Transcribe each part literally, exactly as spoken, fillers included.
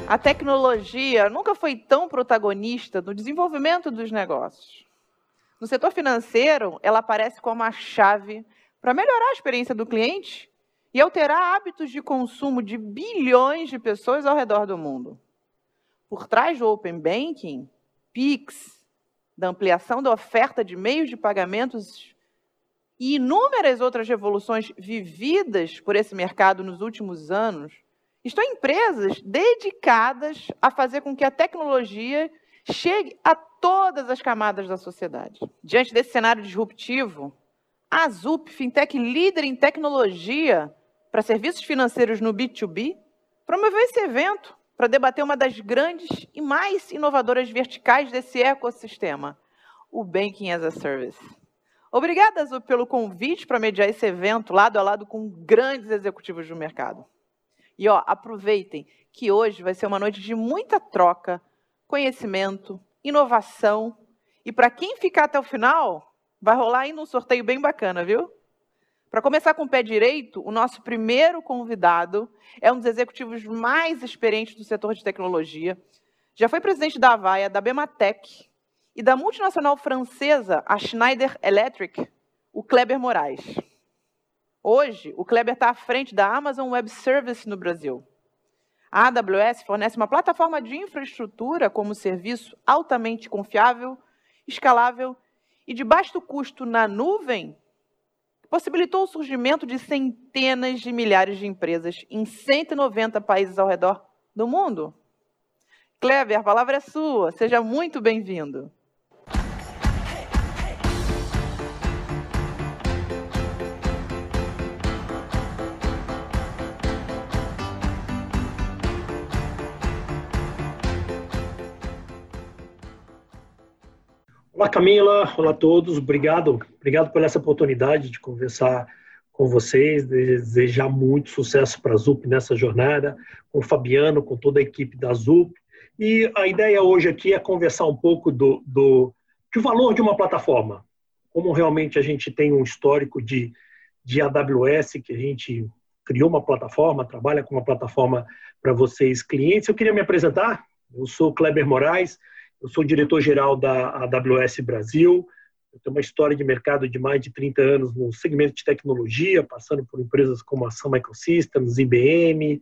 A tecnologia nunca foi tão protagonista no desenvolvimento dos negócios. No setor financeiro, ela aparece como a chave para melhorar a experiência do cliente e alterar hábitos de consumo de bilhões de pessoas ao redor do mundo. Por trás do Open Banking, Pix, da ampliação da oferta de meios de pagamentos e inúmeras outras revoluções vividas por esse mercado nos últimos anos, estão empresas dedicadas a fazer com que a tecnologia chegue a todas as camadas da sociedade. Diante desse cenário disruptivo, a Zup, fintech líder em tecnologia para serviços financeiros no B dois B, promoveu esse evento para debater uma das grandes e mais inovadoras verticais desse ecossistema, o Banking as a Service. Obrigada, Zup, pelo convite para mediar esse evento lado a lado com grandes executivos do mercado. E ó, aproveitem que hoje vai ser uma noite de muita troca, conhecimento, inovação. E para quem ficar até o final, vai rolar ainda um sorteio bem bacana, viu? Para começar com o pé direito, o nosso primeiro convidado é um dos executivos mais experientes do setor de tecnologia. Já foi presidente da Avaya, da Bematec e da multinacional francesa, a Schneider Electric, o Kleber Moraes. Hoje, o Kleber está à frente da Amazon Web Service no Brasil. A A W S fornece uma plataforma de infraestrutura como serviço altamente confiável, escalável e de baixo custo na nuvem, que possibilitou o surgimento de centenas de milhares de empresas em cento e noventa países ao redor do mundo. Kleber, a palavra é sua. Seja muito bem-vindo. Olá, Camila. Olá a todos. Obrigado. Obrigado por essa oportunidade de conversar com vocês, desejar muito sucesso para a Zup nessa jornada, com o Fabiano, com toda a equipe da Zup. E a ideia hoje aqui é conversar um pouco do, do, do valor de uma plataforma. Como realmente a gente tem um histórico de, de A W S, que a gente criou uma plataforma, trabalha com uma plataforma para vocês, clientes. Eu queria me apresentar. Eu sou Kleber Moraes. Eu sou diretor-geral da A W S Brasil. Eu tenho uma história de mercado de mais de trinta anos no segmento de tecnologia, passando por empresas como a Sun Microsystems, I B M,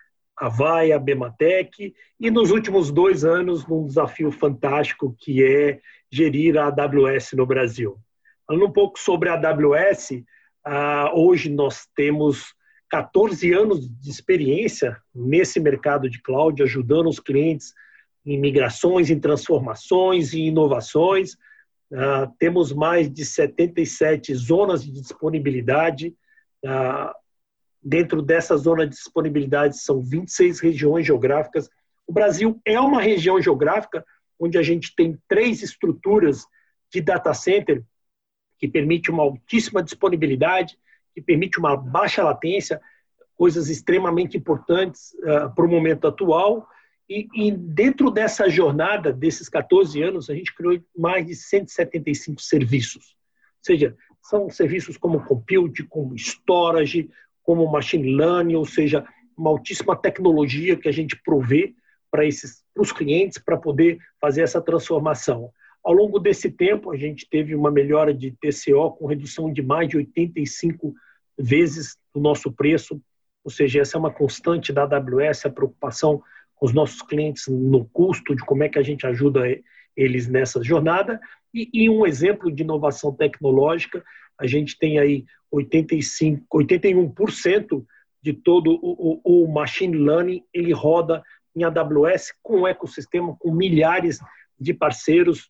Avaya, Bematec, e nos últimos dois anos num desafio fantástico que é gerir a A W S no Brasil. Falando um pouco sobre a A W S, uh, hoje nós temos quatorze anos de experiência nesse mercado de cloud, ajudando os clientes em migrações, em transformações e inovações. Uh, temos mais de setenta e sete zonas de disponibilidade. Uh, dentro dessa zona de disponibilidade são vinte e seis regiões geográficas. O Brasil é uma região geográfica onde a gente tem três estruturas de data center que permite uma altíssima disponibilidade, que permite uma baixa latência, coisas extremamente importantes uh, para o momento atual. E, e dentro dessa jornada, desses quatorze anos, a gente criou mais de cento e setenta e cinco serviços. Ou seja, são serviços como compute, como storage, como machine learning, ou seja, uma altíssima tecnologia que a gente provê para esses, para os clientes para poder fazer essa transformação. Ao longo desse tempo, a gente teve uma melhora de T C O com redução de mais de oitenta e cinco vezes do nosso preço, ou seja, essa é uma constante da A W S, a preocupação com os nossos clientes no custo, de como é que a gente ajuda eles nessa jornada. E, e um exemplo de inovação tecnológica, a gente tem aí oitenta e cinco, oitenta e um por cento de todo o, o, o machine learning, ele roda em A W S com um ecossistema, com milhares de parceiros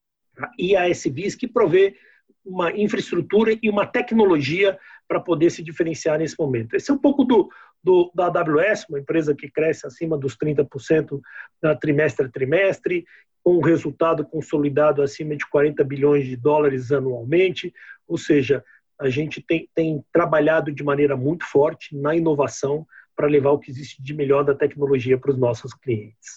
e A S Vs que provê uma infraestrutura e uma tecnologia para poder se diferenciar nesse momento. Esse é um pouco do, do, da A W S, uma empresa que cresce acima dos trinta por cento trimestre a trimestre, com um resultado consolidado acima de quarenta bilhões de dólares anualmente, ou seja, a gente tem, tem trabalhado de maneira muito forte na inovação para levar o que existe de melhor da tecnologia para os nossos clientes.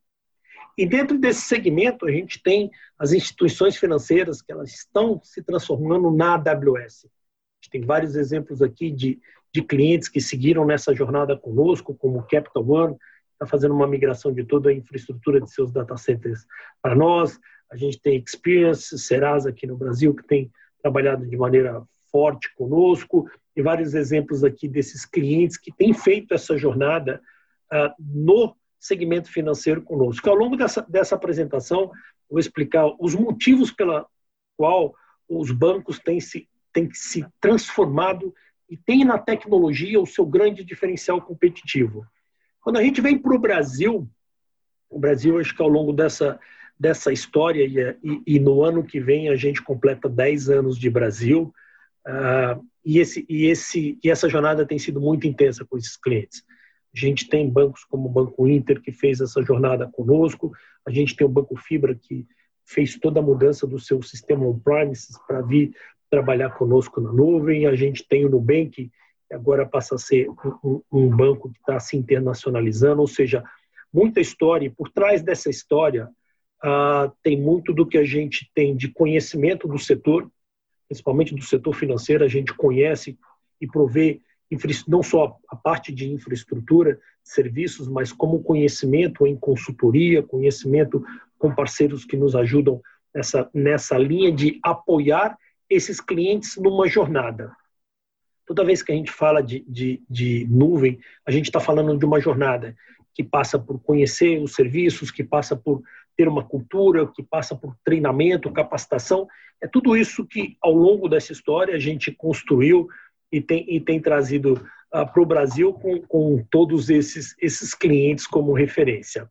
E dentro desse segmento, a gente tem as instituições financeiras que elas estão se transformando na A W S. A gente tem vários exemplos aqui de, de clientes que seguiram nessa jornada conosco, como o Capital One, está fazendo uma migração de toda a infraestrutura de seus data centers para nós. A gente tem Experience, Serasa aqui no Brasil, que tem trabalhado de maneira forte conosco, e vários exemplos aqui desses clientes que têm feito essa jornada uh, no segmento financeiro conosco. Ao longo dessa, dessa apresentação, vou explicar os motivos pela qual os bancos têm se, têm se transformado e têm na tecnologia o seu grande diferencial competitivo. Quando a gente vem para o Brasil, o Brasil, acho que ao longo dessa, dessa história, e, e, e no ano que vem a gente completa dez anos de Brasil, uh, e, esse, e, esse, e essa jornada tem sido muito intensa com esses clientes. A gente tem bancos como o Banco Inter, que fez essa jornada conosco. A gente tem o Banco Fibra, que fez toda a mudança do seu sistema on-premises para vir trabalhar conosco na nuvem. A gente tem o Nubank, que agora passa a ser um, um banco que está se internacionalizando. Ou seja, muita história. E por trás dessa história, uh, tem muito do que a gente tem de conhecimento do setor, principalmente do setor financeiro. A gente conhece e provê não só a parte de infraestrutura, serviços, mas como conhecimento em consultoria, conhecimento com parceiros que nos ajudam nessa, nessa linha de apoiar esses clientes numa jornada. Toda vez que a gente fala de, de, de nuvem, a gente está falando de uma jornada que passa por conhecer os serviços, que passa por ter uma cultura, que passa por treinamento, capacitação. É tudo isso que, ao longo dessa história, a gente construiu e tem, e tem trazido uh, para o Brasil com, com todos esses, esses clientes como referência.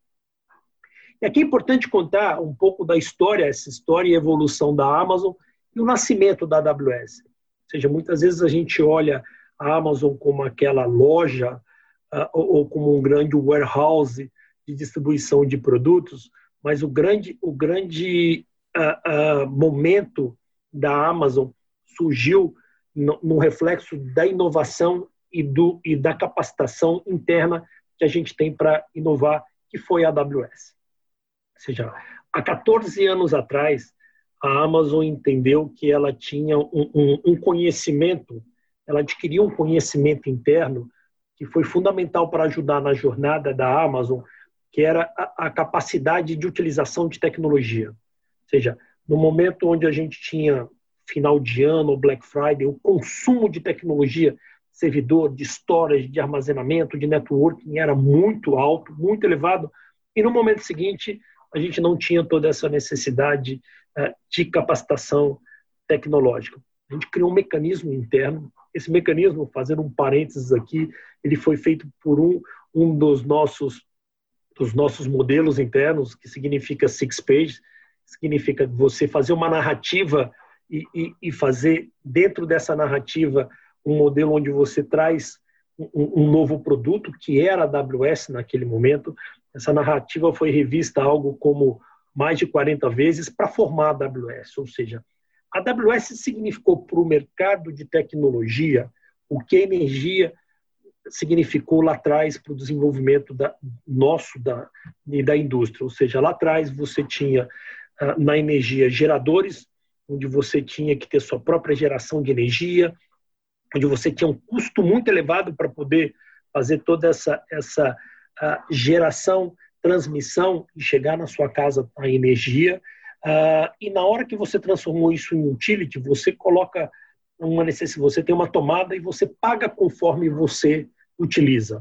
E aqui é importante contar um pouco da história, essa história e evolução da Amazon e o nascimento da A W S. Ou seja, muitas vezes a gente olha a Amazon como aquela loja uh, ou, ou como um grande warehouse de distribuição de produtos, mas o grande, o grande uh, uh, momento da Amazon surgiu no, no reflexo da inovação e, do, e da capacitação interna que a gente tem para inovar, que foi a A W S. Ou seja, há quatorze anos atrás, a Amazon entendeu que ela tinha um, um, um conhecimento, ela adquiriu um conhecimento interno que foi fundamental para ajudar na jornada da Amazon, que era a, a capacidade de utilização de tecnologia. Ou seja, no momento onde a gente tinha final de ano, Black Friday, o consumo de tecnologia, servidor, de storage, de armazenamento, de networking era muito alto, muito elevado, e no momento seguinte a gente não tinha toda essa necessidade uh, de capacitação tecnológica. A gente criou um mecanismo interno. Esse mecanismo, fazendo um parênteses aqui, ele foi feito por um, um dos, nossos, dos nossos modelos internos, que significa Six Page, significa você fazer uma narrativa e, e, e fazer dentro dessa narrativa um modelo onde você traz um, um novo produto, que era a AWS naquele momento. Essa narrativa foi revista algo como mais de quarenta vezes para formar a AWS, ou seja, a AWS significou para o mercado de tecnologia o que a energia significou lá atrás para o desenvolvimento da, nosso da, e da indústria. Ou seja, lá atrás você tinha uh, na energia geradores, onde você tinha que ter sua própria geração de energia, onde você tinha um custo muito elevado para poder fazer toda essa, essa uh, geração, transmissão e chegar na sua casa a energia. Uh, e na hora que você transformou isso em utility, você coloca uma necessidade, você tem uma tomada e você paga conforme você utiliza.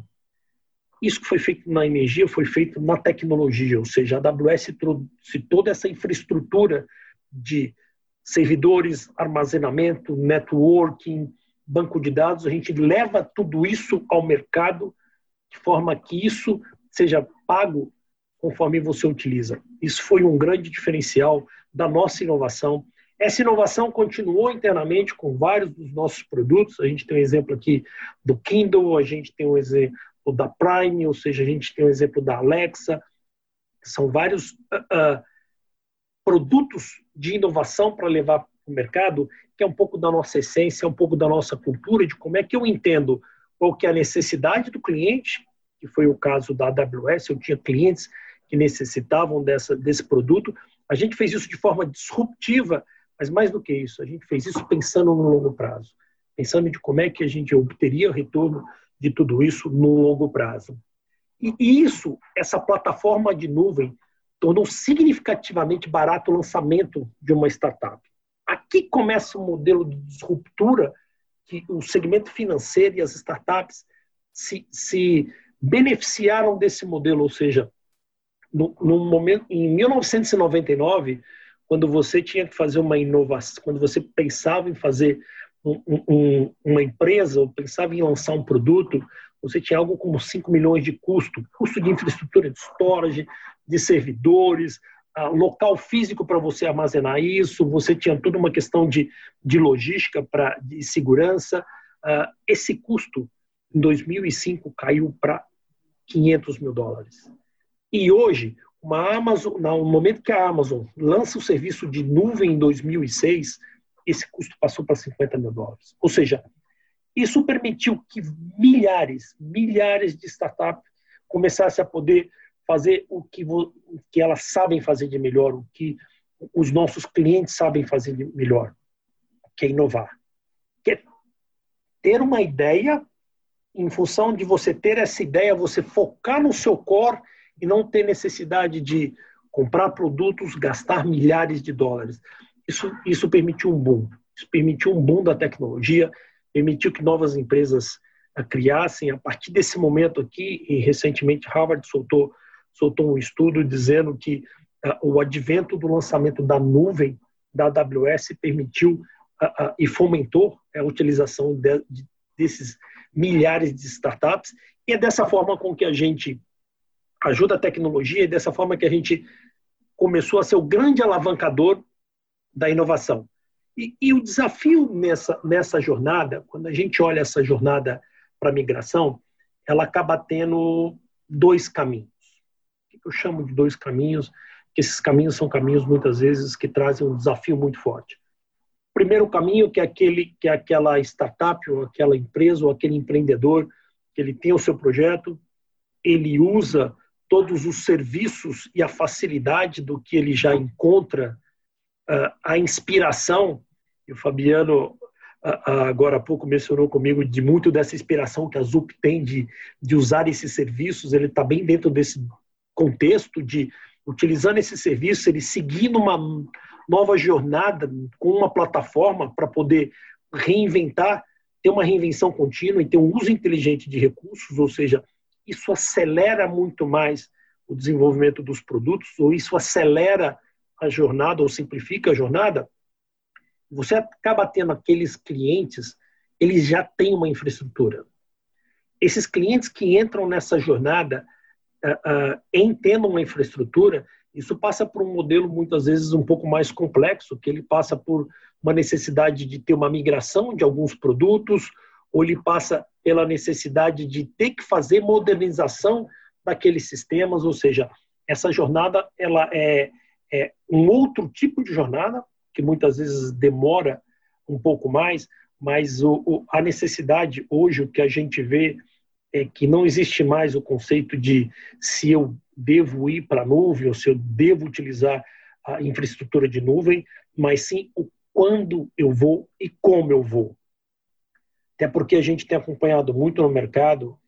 Isso que foi feito na energia foi feito na tecnologia, ou seja, a AWS trouxe toda essa infraestrutura de servidores, armazenamento, networking, banco de dados. A gente leva tudo isso ao mercado de forma que isso seja pago conforme você utiliza. Isso foi um grande diferencial da nossa inovação. Essa inovação continuou internamente com vários dos nossos produtos. A gente tem um exemplo aqui do Kindle, a gente tem um exemplo da Prime, ou seja, a gente tem um exemplo da Alexa. São vários uh, uh, produtos de inovação para levar para o mercado, que é um pouco da nossa essência, um pouco da nossa cultura, de como é que eu entendo qual que é a necessidade do cliente, que foi o caso da A W S. Eu tinha clientes que necessitavam dessa, desse produto. A gente fez isso de forma disruptiva, mas mais do que isso, a gente fez isso pensando no longo prazo, pensando de como é que a gente obteria retorno de tudo isso no longo prazo. E, e isso, essa plataforma de nuvem, tornou significativamente barato o lançamento de uma startup. Aqui começa um modelo de disruptura que o segmento financeiro e as startups se, se beneficiaram desse modelo, ou seja, no, no momento, em mil novecentos e noventa e nove, quando você tinha que fazer uma inovação, quando você pensava em fazer um, um, uma empresa ou pensava em lançar um produto, você tinha algo como cinco milhões de custo, custo de infraestrutura de storage, de servidores, uh, local físico para você armazenar isso, você tinha toda uma questão de, de logística, pra, de segurança. Uh, esse custo, em dois mil e cinco, caiu para quinhentos mil dólares. E hoje, uma Amazon, no momento que a Amazon lança o serviço de nuvem em dois mil e seis, esse custo passou para cinquenta mil dólares. Ou seja, isso permitiu que milhares, milhares de startups começassem a poder fazer o que, o que elas sabem fazer de melhor, o que os nossos clientes sabem fazer de melhor, que é inovar. Que é ter uma ideia, em função de você ter essa ideia, você focar no seu core e não ter necessidade de comprar produtos, gastar milhares de dólares. Isso, isso permitiu um boom. Isso permitiu um boom da tecnologia, permitiu que novas empresas a, criassem. A partir desse momento aqui, e recentemente Harvard soltou, soltou um estudo dizendo que a, o advento do lançamento da nuvem da A W S permitiu a, a, e fomentou a utilização de, de, desses milhares de startups, e é dessa forma com que a gente ajuda a tecnologia, e dessa forma que a gente começou a ser o grande alavancador da inovação. E, e o desafio nessa, nessa jornada, quando a gente olha essa jornada para a migração, ela acaba tendo dois caminhos. O que eu chamo de dois caminhos? Que esses caminhos são caminhos, muitas vezes, que trazem um desafio muito forte. O primeiro caminho, que é, aquele, que é aquela startup, ou aquela empresa, ou aquele empreendedor, que ele tem o seu projeto, ele usa todos os serviços e a facilidade do que ele já encontra, uh, a inspiração. E o Fabiano, uh, uh, agora há pouco, mencionou comigo de muito dessa inspiração que a Zup tem de, de usar esses serviços. Ele está bem dentro desse contexto de, utilizando esse serviço, ele seguir uma nova jornada com uma plataforma para poder reinventar, ter uma reinvenção contínua e ter um uso inteligente de recursos, ou seja, isso acelera muito mais o desenvolvimento dos produtos, ou isso acelera a jornada, ou simplifica a jornada. Você acaba tendo aqueles clientes, eles já têm uma infraestrutura. Esses clientes que entram nessa jornada, uh, uh, em tendo uma infraestrutura, isso passa por um modelo, muitas vezes, um pouco mais complexo, que ele passa por uma necessidade de ter uma migração de alguns produtos, ou ele passa pela necessidade de ter que fazer modernização daqueles sistemas, ou seja, essa jornada ela é, é um outro tipo de jornada, que muitas vezes demora um pouco mais, mas o, o, a necessidade hoje, o que a gente vê é que não existe mais o conceito de se eu devo ir para a nuvem ou se eu devo utilizar a infraestrutura de nuvem, mas sim o quando eu vou e como eu vou. Até porque a gente tem acompanhado muito no mercado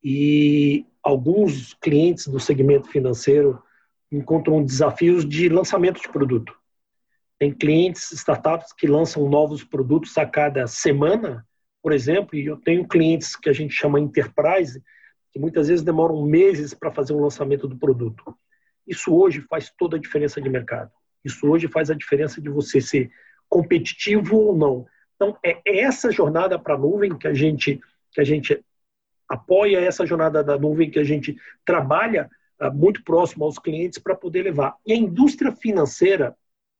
e alguns clientes do segmento financeiro encontram desafios de lançamento de produto. Tem clientes, startups, que lançam novos produtos a cada semana, por exemplo, e eu tenho clientes que a gente chama enterprise, que muitas vezes demoram meses para fazer um lançamento do produto. Isso hoje faz toda a diferença de mercado. Isso hoje faz a diferença de você ser competitivo ou não. Então, é essa jornada para a nuvem que a gente, que a gente apoia, essa jornada da nuvem que a gente trabalha uh, muito próximo aos clientes para poder levar. E a indústria financeira,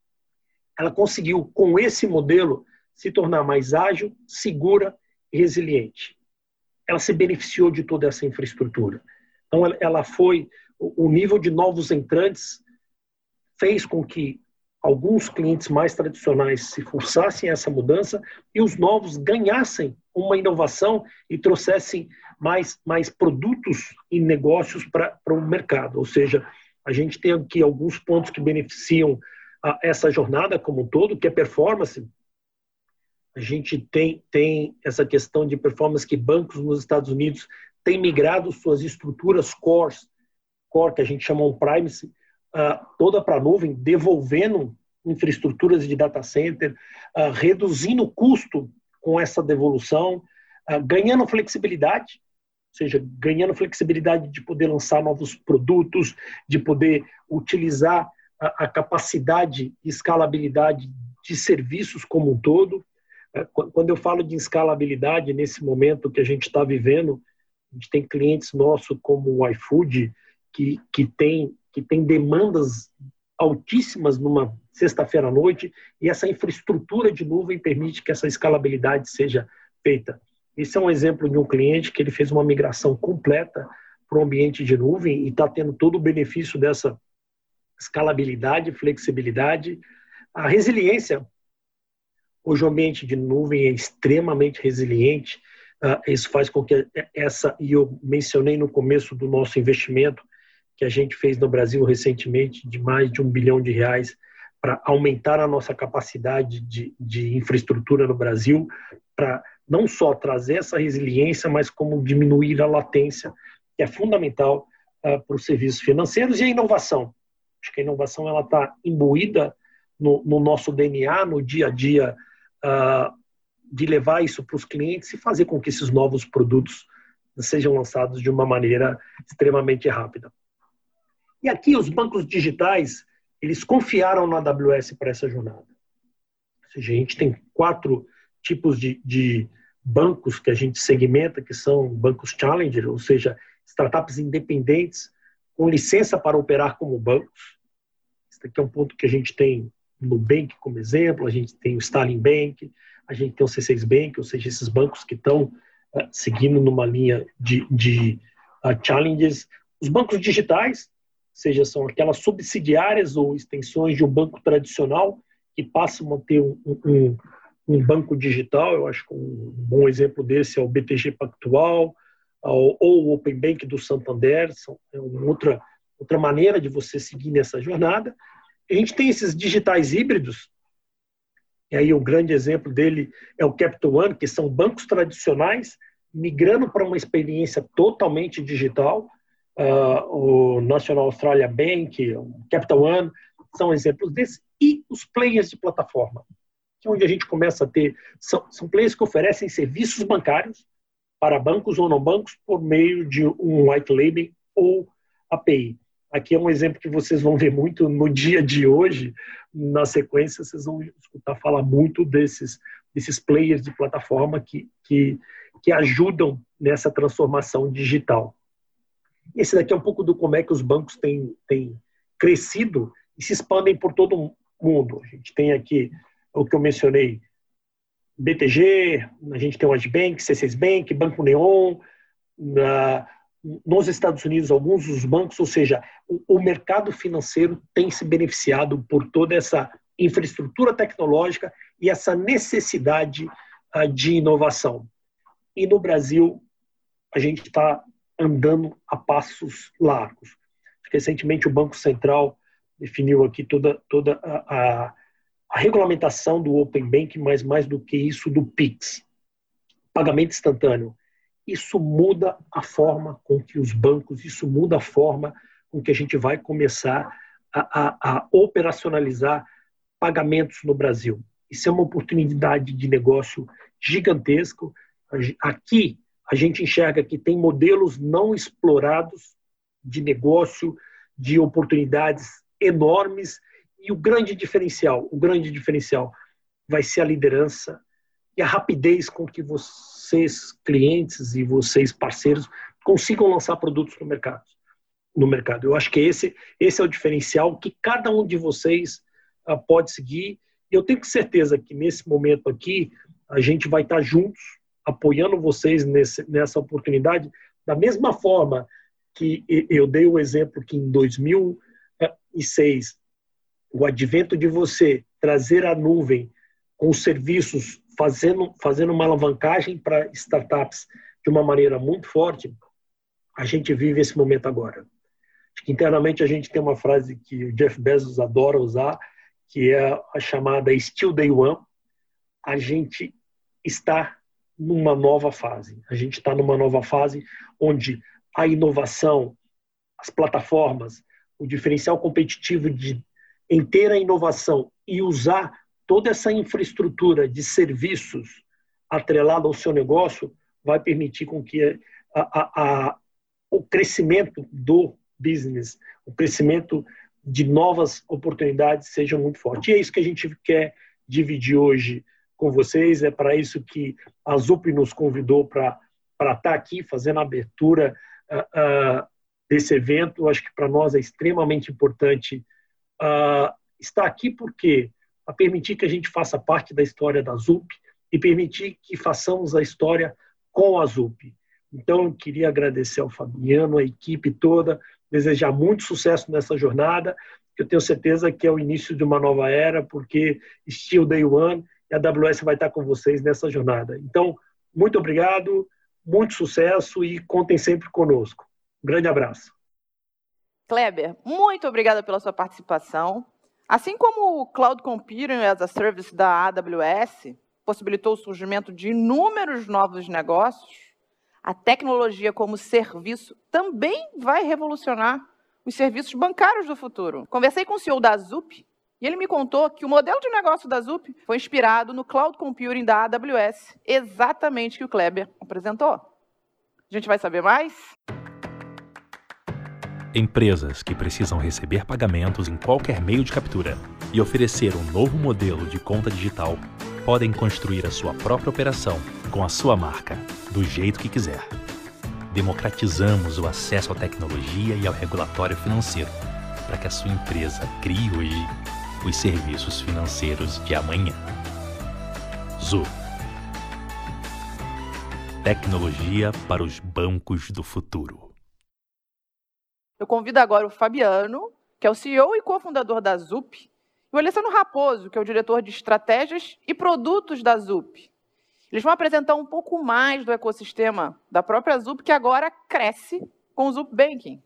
ela conseguiu, com esse modelo, se tornar mais ágil, segura e resiliente. Ela se beneficiou de toda essa infraestrutura. Então, ela foi, o nível de novos entrantes fez com que alguns clientes mais tradicionais se forçassem a essa mudança e os novos ganhassem uma inovação e trouxessem mais, mais produtos e negócios para o mercado. Ou seja, a gente tem aqui alguns pontos que beneficiam a essa jornada como um todo, que é performance. A gente tem, tem essa questão de performance que bancos nos Estados Unidos têm migrado suas estruturas core, core que a gente chama on-premise, uh, toda para a nuvem, devolvendo infraestruturas de data center, uh, reduzindo o custo com essa devolução, uh, ganhando flexibilidade, ou seja, ganhando flexibilidade de poder lançar novos produtos, de poder utilizar a, a capacidade e escalabilidade de serviços como um todo. Quando eu falo de escalabilidade, nesse momento que a gente está vivendo, a gente tem clientes nossos como o iFood, que, que, tem, que tem demandas altíssimas numa sexta-feira à noite, e essa infraestrutura de nuvem permite que essa escalabilidade seja feita. Esse é um exemplo de um cliente que ele fez uma migração completa para o ambiente de nuvem e está tendo todo o benefício dessa escalabilidade, flexibilidade, a resiliência. Hoje o ambiente de nuvem é extremamente resiliente. Uh, isso faz com que essa, e eu mencionei no começo do nosso investimento, que a gente fez no Brasil recentemente, de mais de um bilhão de reais, para aumentar a nossa capacidade de, de infraestrutura no Brasil, para não só trazer essa resiliência, mas como diminuir a latência, que é fundamental uh, para os serviços financeiros, e a inovação. Acho que a inovação está imbuída no, no nosso D N A, no dia a dia, uh, de levar isso para os clientes e fazer com que esses novos produtos sejam lançados de uma maneira extremamente rápida. E aqui os bancos digitais, eles confiaram na A W S para essa jornada. Ou seja, a gente tem quatro tipos de, de bancos que a gente segmenta, que são bancos challenger, ou seja, startups independentes com licença para operar como bancos. Esse aqui é um ponto que a gente tem no Nubank como exemplo, a gente tem o Starling Bank, a gente tem o C seis Bank, ou seja, esses bancos que estão uh, seguindo numa linha de, de uh, challenges. Os bancos digitais, ou seja, são aquelas subsidiárias ou extensões de um banco tradicional que passam a ter um, um, um banco digital. Eu acho que um bom exemplo desse é o B T G Pactual ou o Open Bank do Santander. São, é uma outra, outra maneira de você seguir nessa jornada. A gente tem esses digitais híbridos, e aí o grande exemplo dele é o Capital One, que são bancos tradicionais migrando para uma experiência totalmente digital. Uh, o National Australia Bank, o Capital One, são exemplos desses. E os players de plataforma, que é onde a gente começa a ter, são, são players que oferecem serviços bancários para bancos ou não bancos por meio de um white label ou A P I. Aqui é um exemplo que vocês vão ver muito no dia de hoje. Na sequência, vocês vão escutar falar muito desses, desses players de plataforma que, que, que ajudam nessa transformação digital. Esse daqui é um pouco do como é que os bancos têm, têm crescido e se expandem por todo o mundo. A gente tem aqui o que eu mencionei, B T G, a gente tem o Agibank, C seis Bank, Banco Neon, na, nos Estados Unidos, alguns dos bancos, ou seja, o, o mercado financeiro tem se beneficiado por toda essa infraestrutura tecnológica e essa necessidade uh, de inovação. E no Brasil, a gente está andando a passos largos. Recentemente, o Banco Central definiu aqui toda, toda a, a, a regulamentação do Open Bank, mas mais do que isso, do Pix, pagamento instantâneo. Isso muda a forma com que os bancos, isso muda a forma com que a gente vai começar a, a, a operacionalizar pagamentos no Brasil. Isso é uma oportunidade de negócio gigantesco. Aqui, a gente enxerga que tem modelos não explorados de negócio, de oportunidades enormes, e o grande diferencial, o grande diferencial vai ser a liderança e a rapidez com que vocês, clientes e vocês, parceiros, consigam lançar produtos no mercado. No mercado. Eu acho que esse, esse é o diferencial que cada um de vocês uh, pode seguir. E eu tenho certeza que nesse momento aqui, a gente vai estar juntos, apoiando vocês nesse, nessa oportunidade, da mesma forma que eu dei o exemplo que em dois mil e seis, o advento de você trazer a nuvem com os serviços, fazendo, fazendo uma alavancagem para startups de uma maneira muito forte, a gente vive esse momento agora. Acho que internamente a gente tem uma frase que o Jeff Bezos adora usar, que é a chamada Still Day One. A gente está numa nova fase. A gente está numa nova fase onde a inovação, as plataformas, o diferencial competitivo de em ter a inovação e usar toda essa infraestrutura de serviços atrelada ao seu negócio vai permitir com que a, a, a, o crescimento do business, o crescimento de novas oportunidades seja muito forte. E é isso que a gente quer dividir hoje com vocês, é para isso que a Zup nos convidou para estar aqui fazendo a abertura uh, uh, desse evento. Eu acho que para nós é extremamente importante uh, estar aqui, porque a permitir que a gente faça parte da história da Zup e permitir que façamos a história com a Zup. Então, eu queria agradecer ao Fabiano, a equipe toda, desejar muito sucesso nessa jornada, que eu tenho certeza que é o início de uma nova era, porque Still Day One e a A W S vai estar com vocês nessa jornada. Então, muito obrigado, muito sucesso e contem sempre conosco. Um grande abraço. Kleber, muito obrigada pela sua participação. Assim como o Cloud Computing as a Service da A W S possibilitou o surgimento de inúmeros novos negócios, a tecnologia como serviço também vai revolucionar os serviços bancários do futuro. Conversei com o C E O da Zup e ele me contou que o modelo de negócio da Zup foi inspirado no Cloud Computing da A W S, exatamente o que o Kleber apresentou. A gente vai saber mais? Empresas que precisam receber pagamentos em qualquer meio de captura e oferecer um novo modelo de conta digital podem construir a sua própria operação com a sua marca, do jeito que quiser. Democratizamos o acesso à tecnologia e ao regulatório financeiro para que a sua empresa crie hoje os serviços financeiros de amanhã. Zup. Tecnologia para os bancos do futuro. Eu convido agora o Fabiano, que é o C E O e cofundador da Zup, e o Alessandro Raposo, que é o diretor de estratégias e produtos da Zup. Eles vão apresentar um pouco mais do ecossistema da própria Zup, que agora cresce com o Zup Banking.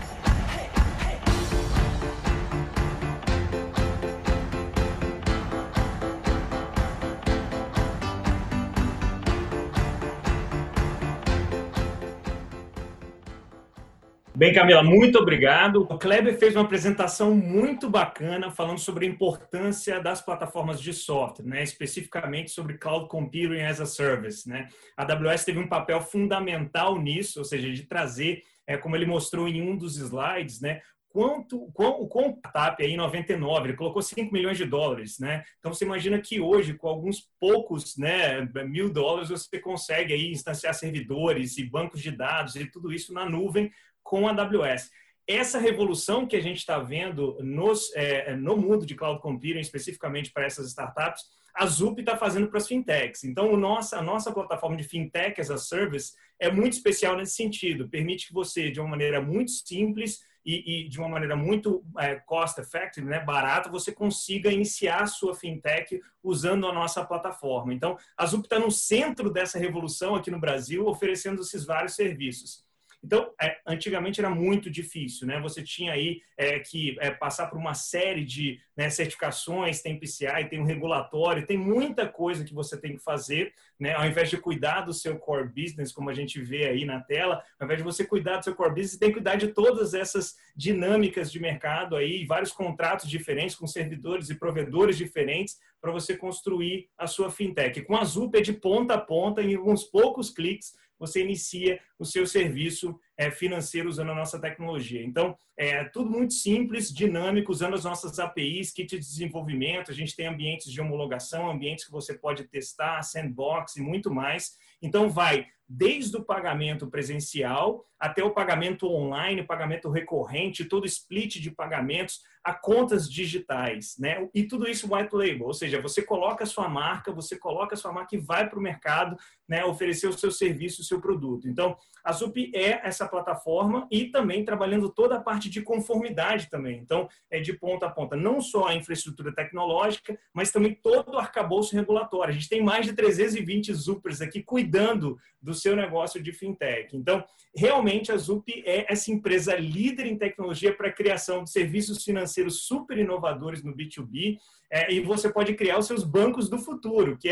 Bem, Camila, muito obrigado. O Kleber fez uma apresentação muito bacana falando sobre a importância das plataformas de software, né? Especificamente sobre Cloud Computing as a Service, né? A AWS teve um papel fundamental nisso, ou seja, de trazer, é, como ele mostrou em um dos slides, né? Quanto, quão, o quão startup aí em noventa e nove, ele colocou cinco milhões de dólares, né? Então você imagina que hoje, com alguns poucos, né, mil dólares, você consegue aí instanciar servidores e bancos de dados e tudo isso na nuvem com a A W S. Essa revolução que a gente está vendo nos, é, no mundo de Cloud Computing, especificamente para essas startups, a Zup está fazendo para as fintechs. Então, o nossa, a nossa plataforma de Fintech as a Service é muito especial nesse sentido. Permite que você, de uma maneira muito simples e, e de uma maneira muito é, cost-effective, né, barata, você consiga iniciar a sua fintech usando a nossa plataforma. Então, a Zup está no centro dessa revolução aqui no Brasil, oferecendo esses vários serviços. Então, é, antigamente era muito difícil, né? Você tinha aí é, que é, passar por uma série de, né, certificações, tem P C I, tem um regulatório, tem muita coisa que você tem que fazer, né? Ao invés de cuidar do seu core business, como a gente vê aí na tela, ao invés de você cuidar do seu core business, você tem que cuidar de todas essas dinâmicas de mercado aí, vários contratos diferentes com servidores e provedores diferentes para você construir a sua fintech. Com a Zup é de ponta a ponta, em alguns poucos cliques, você inicia o seu serviço é, financeiro usando a nossa tecnologia. Então, é tudo muito simples, dinâmico, usando as nossas A P Is, kit de desenvolvimento, a gente tem ambientes de homologação, ambientes que você pode testar, sandbox e muito mais. Então, vai desde o pagamento presencial até o pagamento online, pagamento recorrente, todo split de pagamentos a contas digitais, né? E tudo isso white label, ou seja, você coloca a sua marca, você coloca a sua marca e vai para o mercado, né, oferecer o seu serviço, o seu produto. Então, a Zup é essa plataforma e também trabalhando toda a parte de conformidade também. Então, é de ponta a ponta, não só a infraestrutura tecnológica, mas também todo o arcabouço regulatório. A gente tem mais de trezentos e vinte Zupers aqui cuidando do seu negócio de fintech. Então, realmente a Zup é essa empresa líder em tecnologia para a criação de serviços financeiros super inovadores no B dois B, é, e você pode criar os seus bancos do futuro, que é,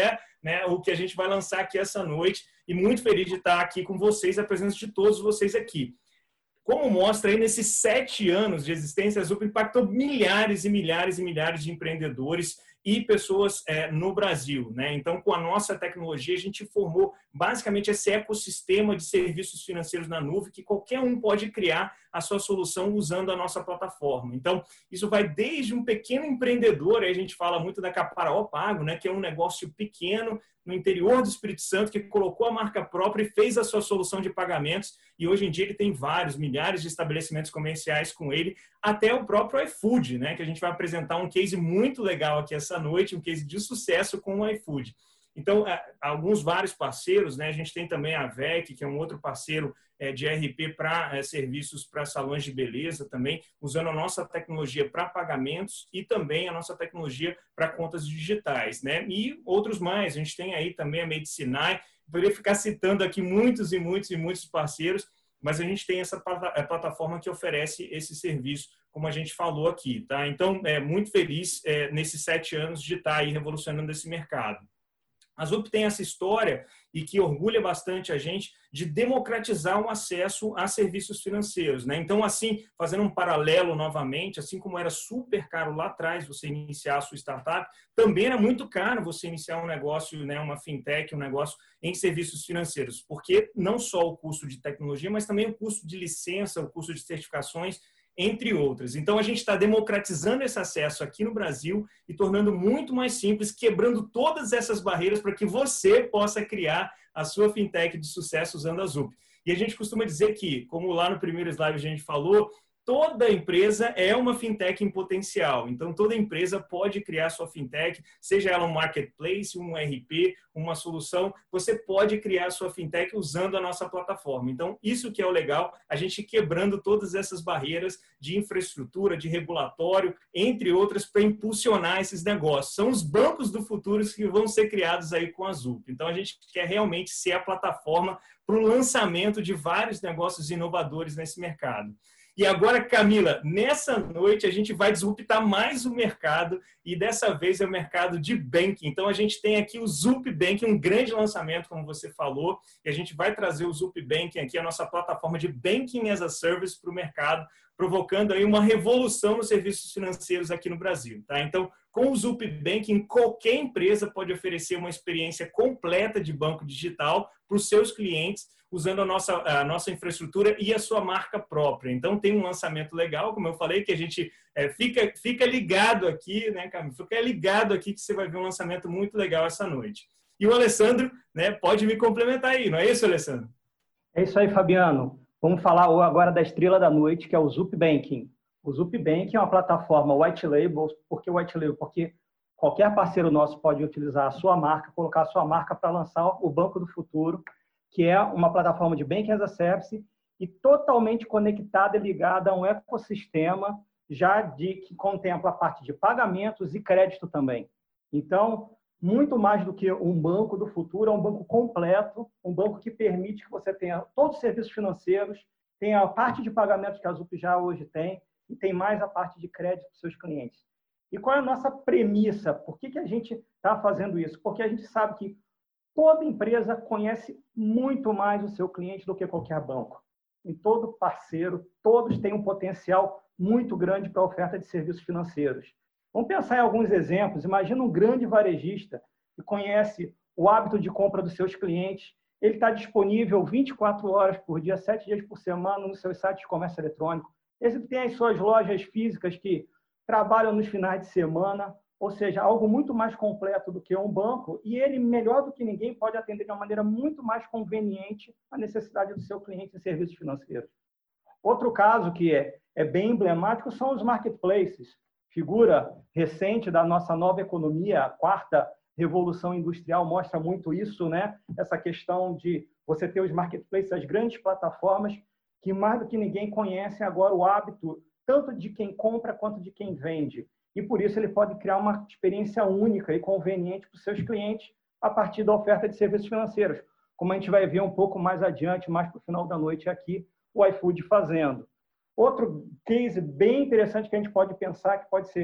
né, o que a gente vai lançar aqui essa noite, e muito feliz de estar aqui com vocês, a presença de todos vocês aqui. Como mostra aí, nesses sete anos de existência, a Zup impactou milhares e milhares e milhares de empreendedores e pessoas é, no Brasil, né? Então, com a nossa tecnologia, a gente formou basicamente esse ecossistema de serviços financeiros na nuvem que qualquer um pode criar a sua solução usando a nossa plataforma. Então, isso vai desde um pequeno empreendedor, aí a gente fala muito da Caparaó Pago, né? Que é um negócio pequeno no interior do Espírito Santo que colocou a marca própria e fez a sua solução de pagamentos, e hoje em dia ele tem vários, milhares de estabelecimentos comerciais com ele, até o próprio iFood, né, que a gente vai apresentar um case muito legal aqui essa noite, um case de sucesso com o iFood. Então, alguns vários parceiros, né, a gente tem também a V E C, que é um outro parceiro é, de R P para é, serviços para salões de beleza também, usando a nossa tecnologia para pagamentos e também a nossa tecnologia para contas digitais, né? E outros mais, a gente tem aí também a Medicinai, poderia ficar citando aqui muitos e muitos e muitos parceiros, mas a gente tem essa plataforma que oferece esse serviço, como a gente falou aqui, tá? Então, é muito feliz é, nesses sete anos de estar aí revolucionando esse mercado. A Zup tem essa história e que orgulha bastante a gente de democratizar o acesso a serviços financeiros, né? Então, assim, fazendo um paralelo novamente, assim como era super caro lá atrás você iniciar a sua startup, também era muito caro você iniciar um negócio, né, uma fintech, um negócio em serviços financeiros, porque não só o custo de tecnologia, mas também o custo de licença, o custo de certificações, entre outras. Então, a gente está democratizando esse acesso aqui no Brasil e tornando muito mais simples, quebrando todas essas barreiras para que você possa criar a sua fintech de sucesso usando a Zup. E a gente costuma dizer que, como lá no primeiro slide a gente falou, toda empresa é uma fintech em potencial. Então, toda empresa pode criar sua fintech, seja ela um marketplace, um R P, uma solução, você pode criar sua fintech usando a nossa plataforma. Então, isso que é o legal, a gente quebrando todas essas barreiras de infraestrutura, de regulatório, entre outras, para impulsionar esses negócios. São os bancos do futuro que vão ser criados aí com a Zup. Então, a gente quer realmente ser a plataforma para o lançamento de vários negócios inovadores nesse mercado. E agora, Camila, nessa noite a gente vai disruptar mais o mercado e dessa vez é o mercado de banking. Então, a gente tem aqui o Zup Banking, um grande lançamento, como você falou, e a gente vai trazer o Zup Banking aqui, a nossa plataforma de Banking as a Service para o mercado, provocando aí uma revolução nos serviços financeiros aqui no Brasil, tá? Então, com o Zup Banking, qualquer empresa pode oferecer uma experiência completa de banco digital para os seus clientes, usando a nossa, a nossa infraestrutura e a sua marca própria. Então, tem um lançamento legal, como eu falei, que a gente é, fica, fica ligado aqui, né, Camila? Fica ligado aqui que você vai ver um lançamento muito legal essa noite. E o Alessandro, né, pode me complementar aí, não é isso, Alessandro? É isso aí, Fabiano. Vamos falar agora da estrela da noite, que é o Zup Banking. O Zup Banking é uma plataforma white label. Por que white label? Porque qualquer parceiro nosso pode utilizar a sua marca, colocar a sua marca para lançar o Banco do Futuro, que é uma plataforma de Banking as a Service e totalmente conectada e ligada a um ecossistema já de que contempla a parte de pagamentos e crédito também. Então, muito mais do que um banco do futuro, é um banco completo, um banco que permite que você tenha todos os serviços financeiros, tenha a parte de pagamentos que a Zup já hoje tem e tem mais a parte de crédito para os seus clientes. E qual é a nossa premissa? Por que que a gente está fazendo isso? Porque a gente sabe que toda empresa conhece muito mais o seu cliente do que qualquer banco. E todo parceiro, todos têm um potencial muito grande para a oferta de serviços financeiros. Vamos pensar em alguns exemplos. Imagina um grande varejista que conhece o hábito de compra dos seus clientes. Ele está disponível vinte e quatro horas por dia, sete dias por semana, nos seus sites de comércio eletrônico. Esse tem as suas lojas físicas que trabalham nos finais de semana, ou seja, algo muito mais completo do que um banco, e ele, melhor do que ninguém, pode atender de uma maneira muito mais conveniente a necessidade do seu cliente em serviços financeiros. Outro caso que é, é bem emblemático são os marketplaces, figura recente da nossa nova economia, a quarta revolução industrial mostra muito isso, né? Essa questão de você ter os marketplaces, as grandes plataformas, que mais do que ninguém conhecem agora o hábito, tanto de quem compra quanto de quem vende. E por isso ele pode criar uma experiência única e conveniente para os seus clientes a partir da oferta de serviços financeiros, como a gente vai ver um pouco mais adiante, mais para o final da noite aqui, o iFood fazendo. Outro case bem interessante que a gente pode pensar, que pode ser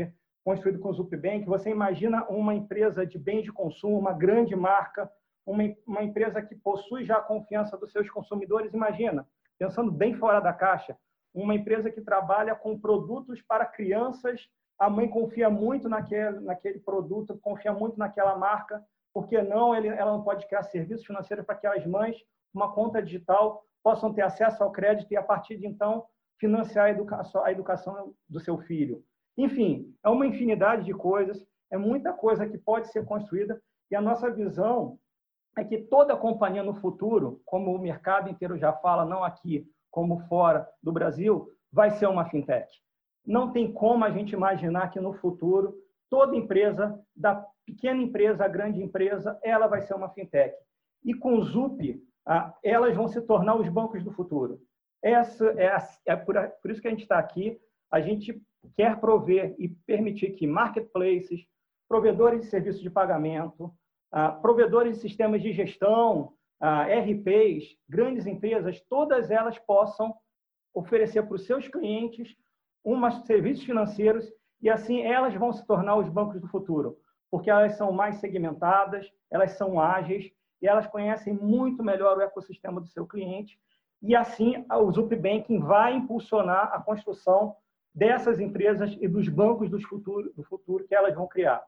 construído com o ZupBank, você imagina uma empresa de bens de consumo, uma grande marca, uma, uma empresa que possui já a confiança dos seus consumidores. Imagina, pensando bem fora da caixa, uma empresa que trabalha com produtos para crianças, a mãe confia muito naquele, naquele produto, confia muito naquela marca, por que não ele, ela não pode criar serviços financeiros para que as mães, uma conta digital, possam ter acesso ao crédito e, a partir de então, financiar a educação, a educação do seu filho. Enfim, é uma infinidade de coisas, é muita coisa que pode ser construída, e a nossa visão é que toda companhia no futuro, como o mercado inteiro já fala, não aqui, como fora do Brasil, vai ser uma fintech. Não tem como a gente imaginar que no futuro toda empresa, da pequena empresa à grande empresa, ela vai ser uma fintech. E com o Zup, elas vão se tornar os bancos do futuro. Essa é, a, é por, por isso que a gente está aqui. A gente quer prover e permitir que marketplaces, provedores de serviços de pagamento, uh, provedores de sistemas de gestão, uh, R Ps, grandes empresas, todas elas possam oferecer para os seus clientes umas serviços financeiros, e assim elas vão se tornar os bancos do futuro, porque elas são mais segmentadas, elas são ágeis e elas conhecem muito melhor o ecossistema do seu cliente, e assim o ZupBanking vai impulsionar a construção dessas empresas e dos bancos do futuro, do futuro que elas vão criar.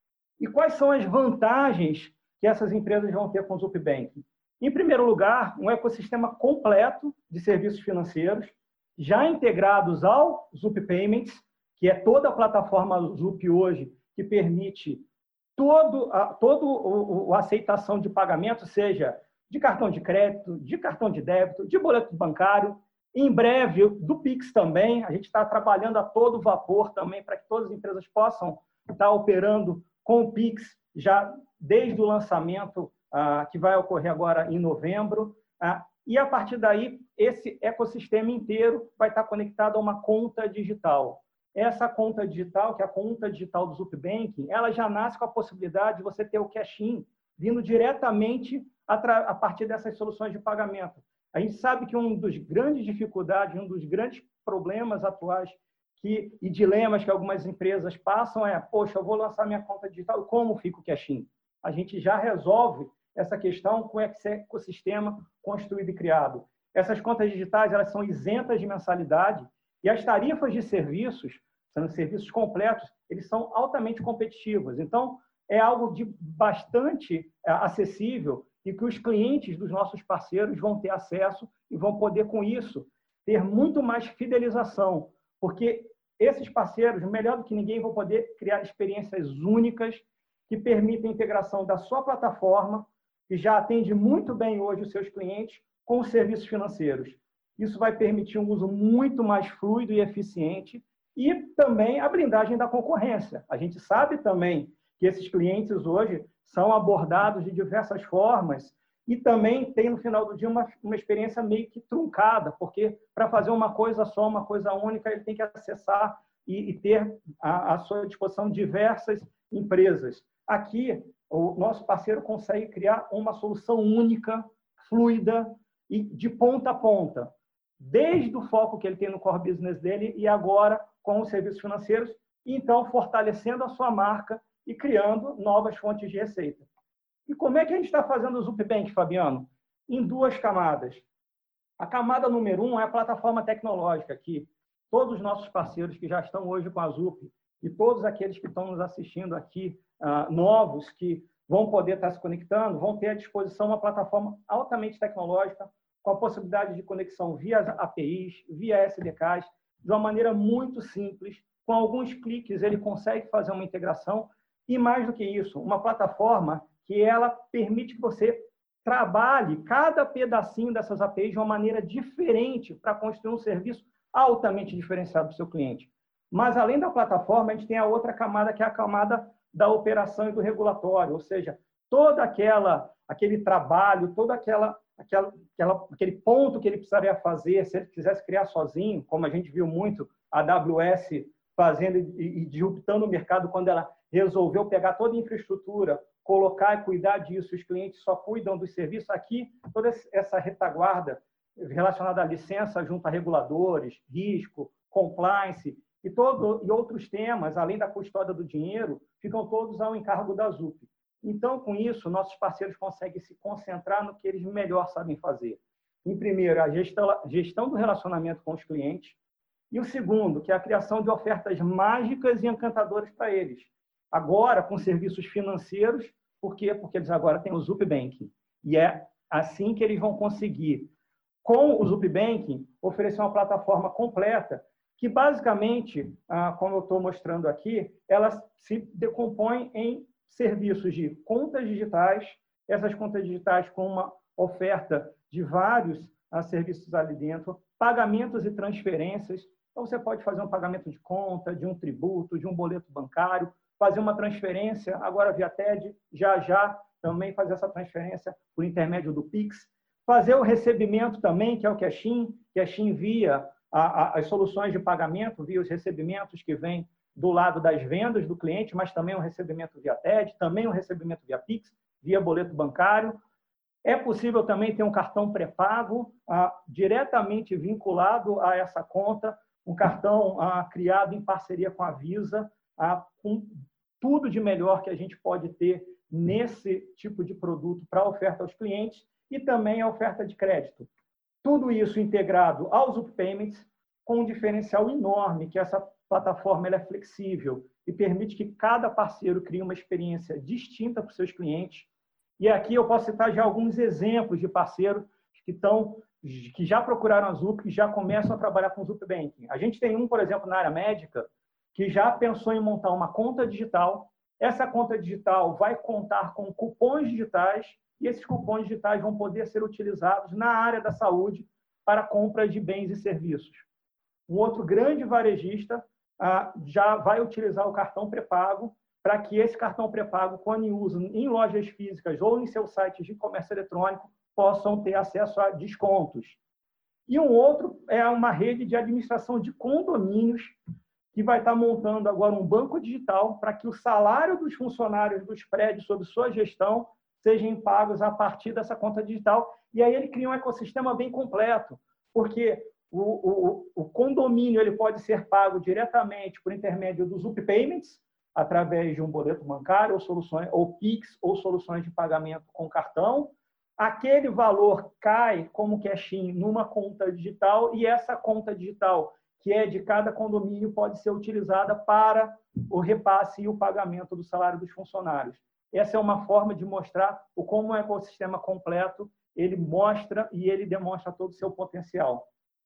E quais são as vantagens que essas empresas vão ter com o ZupBanking? Em primeiro lugar, um ecossistema completo de serviços financeiros, já integrados ao Zup Payments, que é toda a plataforma Zup hoje, que permite todo a, todo o, a aceitação de pagamento, seja de cartão de crédito, de cartão de débito, de boleto bancário, em breve do Pix também. A gente está trabalhando a todo vapor também para que todas as empresas possam estar operando com o Pix já desde o lançamento, ah, que vai ocorrer agora em novembro. Ah, e, a partir daí, esse ecossistema inteiro vai estar conectado a uma conta digital. Essa conta digital, que é a conta digital do ZupBanking, ela já nasce com a possibilidade de você ter o cash-in vindo diretamente a partir dessas soluções de pagamento. A gente sabe que um dos grandes dificuldades, um dos grandes problemas atuais que, e dilemas que algumas empresas passam é, poxa, eu vou lançar minha conta digital, como fica o cash-in? A gente já resolve essa questão com esse ecossistema construído e criado. Essas contas digitais, elas são isentas de mensalidade, e as tarifas de serviços, são serviços completos, eles são altamente competitivos. Então, é algo de bastante acessível e que os clientes dos nossos parceiros vão ter acesso e vão poder, com isso, ter muito mais fidelização, porque esses parceiros, melhor do que ninguém, vão poder criar experiências únicas que permitem a integração da sua plataforma, que já atende muito bem hoje os seus clientes, com os serviços financeiros. Isso vai permitir um uso muito mais fluido e eficiente e também a blindagem da concorrência. A gente sabe também que esses clientes hoje são abordados de diversas formas e também tem, no final do dia, uma, uma experiência meio que truncada, porque para fazer uma coisa só, uma coisa única, ele tem que acessar e, e ter à, à sua disposição diversas empresas. Aqui, o nosso parceiro consegue criar uma solução única, fluida e de ponta a ponta, desde o foco que ele tem no core business dele e agora com os serviços financeiros, e então fortalecendo a sua marca e criando novas fontes de receita. E como é que a gente está fazendo o ZupBank, Fabiano? Em duas camadas. A camada número um é a plataforma tecnológica, que todos os nossos parceiros que já estão hoje com a Zup e todos aqueles que estão nos assistindo aqui, uh, novos, que vão poder estar se conectando, vão ter à disposição uma plataforma altamente tecnológica, com a possibilidade de conexão via A P Is, via S D Ks, de uma maneira muito simples. Com alguns cliques, ele consegue fazer uma integração. E mais do que isso, uma plataforma que ela permite que você trabalhe cada pedacinho dessas A P Is de uma maneira diferente para construir um serviço altamente diferenciado para o seu cliente. Mas, além da plataforma, a gente tem a outra camada, que é a camada da operação e do regulatório, ou seja, todo aquela, aquele trabalho, todo aquela, aquela, aquela, aquele ponto que ele precisaria fazer, se ele quisesse criar sozinho, como a gente viu muito a A W S fazendo e, e disruptando o mercado quando ela resolveu pegar toda a infraestrutura, colocar e cuidar disso, os clientes só cuidam dos serviços. Aqui, toda essa retaguarda relacionada à licença junto a reguladores, risco, compliance E, todo, e outros temas, além da custódia do dinheiro, ficam todos ao encargo da Zup. Então, com isso, nossos parceiros conseguem se concentrar no que eles melhor sabem fazer. Em primeiro, a gestão, gestão do relacionamento com os clientes. E o segundo, que é a criação de ofertas mágicas e encantadoras para eles. Agora, com serviços financeiros, por quê? Porque eles agora têm o Zup Banking. E é assim que eles vão conseguir, com o Zup Banking, oferecer uma plataforma completa que, basicamente, como eu estou mostrando aqui, ela se decompõe em serviços de contas digitais, essas contas digitais com uma oferta de vários uh, serviços ali dentro, pagamentos e transferências. Então, você pode fazer um pagamento de conta, de um tributo, de um boleto bancário, fazer uma transferência, agora via T E D, já já também fazer essa transferência por intermédio do Pix, fazer o recebimento também, que é o Cash-in, Cash-in via a, a, as soluções de pagamento, via os recebimentos que vêm do lado das vendas do cliente, mas também o recebimento via T E D, também o recebimento via Pix, via boleto bancário. É possível também ter um cartão pré-pago ah, diretamente vinculado a essa conta, um cartão ah, criado em parceria com a Visa, ah, com tudo de melhor que a gente pode ter nesse tipo de produto para oferta aos clientes e também a oferta de crédito. Tudo isso integrado ao Zup Payments, com um diferencial enorme, que essa plataforma ela é flexível e permite que cada parceiro crie uma experiência distinta para os seus clientes. E aqui eu posso citar já alguns exemplos de parceiros que, estão, que já procuraram a Zup e já começam a trabalhar com o Zup Banking. A gente tem um, por exemplo, na área médica, que já pensou em montar uma conta digital. Essa conta digital vai contar com cupons digitais e esses cupons digitais vão poder ser utilizados na área da saúde para compra de bens e serviços. Um outro grande varejista ah, já vai utilizar o cartão pré-pago para que esse cartão pré-pago, quando em uso em lojas físicas ou em seus sites de comércio eletrônico, possam ter acesso a descontos. E um outro é uma rede de administração de condomínios que vai estar montando agora um banco digital para que o salário dos funcionários dos prédios sob sua gestão sejam pagos a partir dessa conta digital. E aí ele cria um ecossistema bem completo, porque o, o, o condomínio ele pode ser pago diretamente por intermédio do Zup Payments, através de um boleto bancário, ou soluções, ou Pix, ou soluções de pagamento com cartão. Aquele valor cai como cash-in numa conta digital e essa conta digital, que é de cada condomínio, pode ser utilizada para o repasse e o pagamento do salário dos funcionários. Essa é uma forma de mostrar o como o ecossistema completo ele mostra e ele demonstra todo o seu potencial.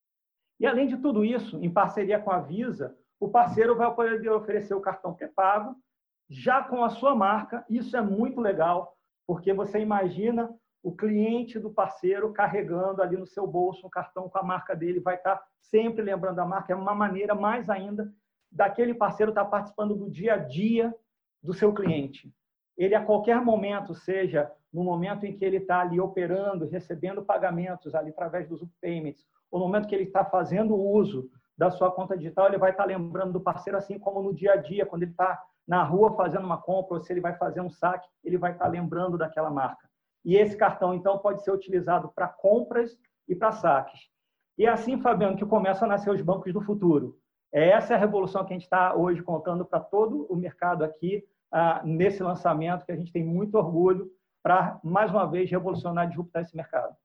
E, além de tudo isso, em parceria com a Visa, o parceiro vai poder oferecer o cartão pré-pago já com a sua marca. Isso é muito legal, porque você imagina o cliente do parceiro carregando ali no seu bolso um cartão com a marca dele, vai estar sempre lembrando a marca. É uma maneira mais ainda daquele parceiro estar participando do dia a dia do seu cliente. Ele, a qualquer momento, seja no momento em que ele está ali operando, recebendo pagamentos ali através dos Zup Payments, ou no momento que ele está fazendo uso da sua conta digital, ele vai estar lembrando do parceiro, assim como no dia a dia, quando ele está na rua fazendo uma compra, ou se ele vai fazer um saque, ele vai estar lembrando daquela marca. E esse cartão, então, pode ser utilizado para compras e para saques. E é assim, Fabiano, que começam a nascer os bancos do futuro. Essa é a revolução que a gente está hoje contando para todo o mercado aqui, ah, nesse lançamento, que a gente tem muito orgulho para, mais uma vez, revolucionar e disruptar esse mercado.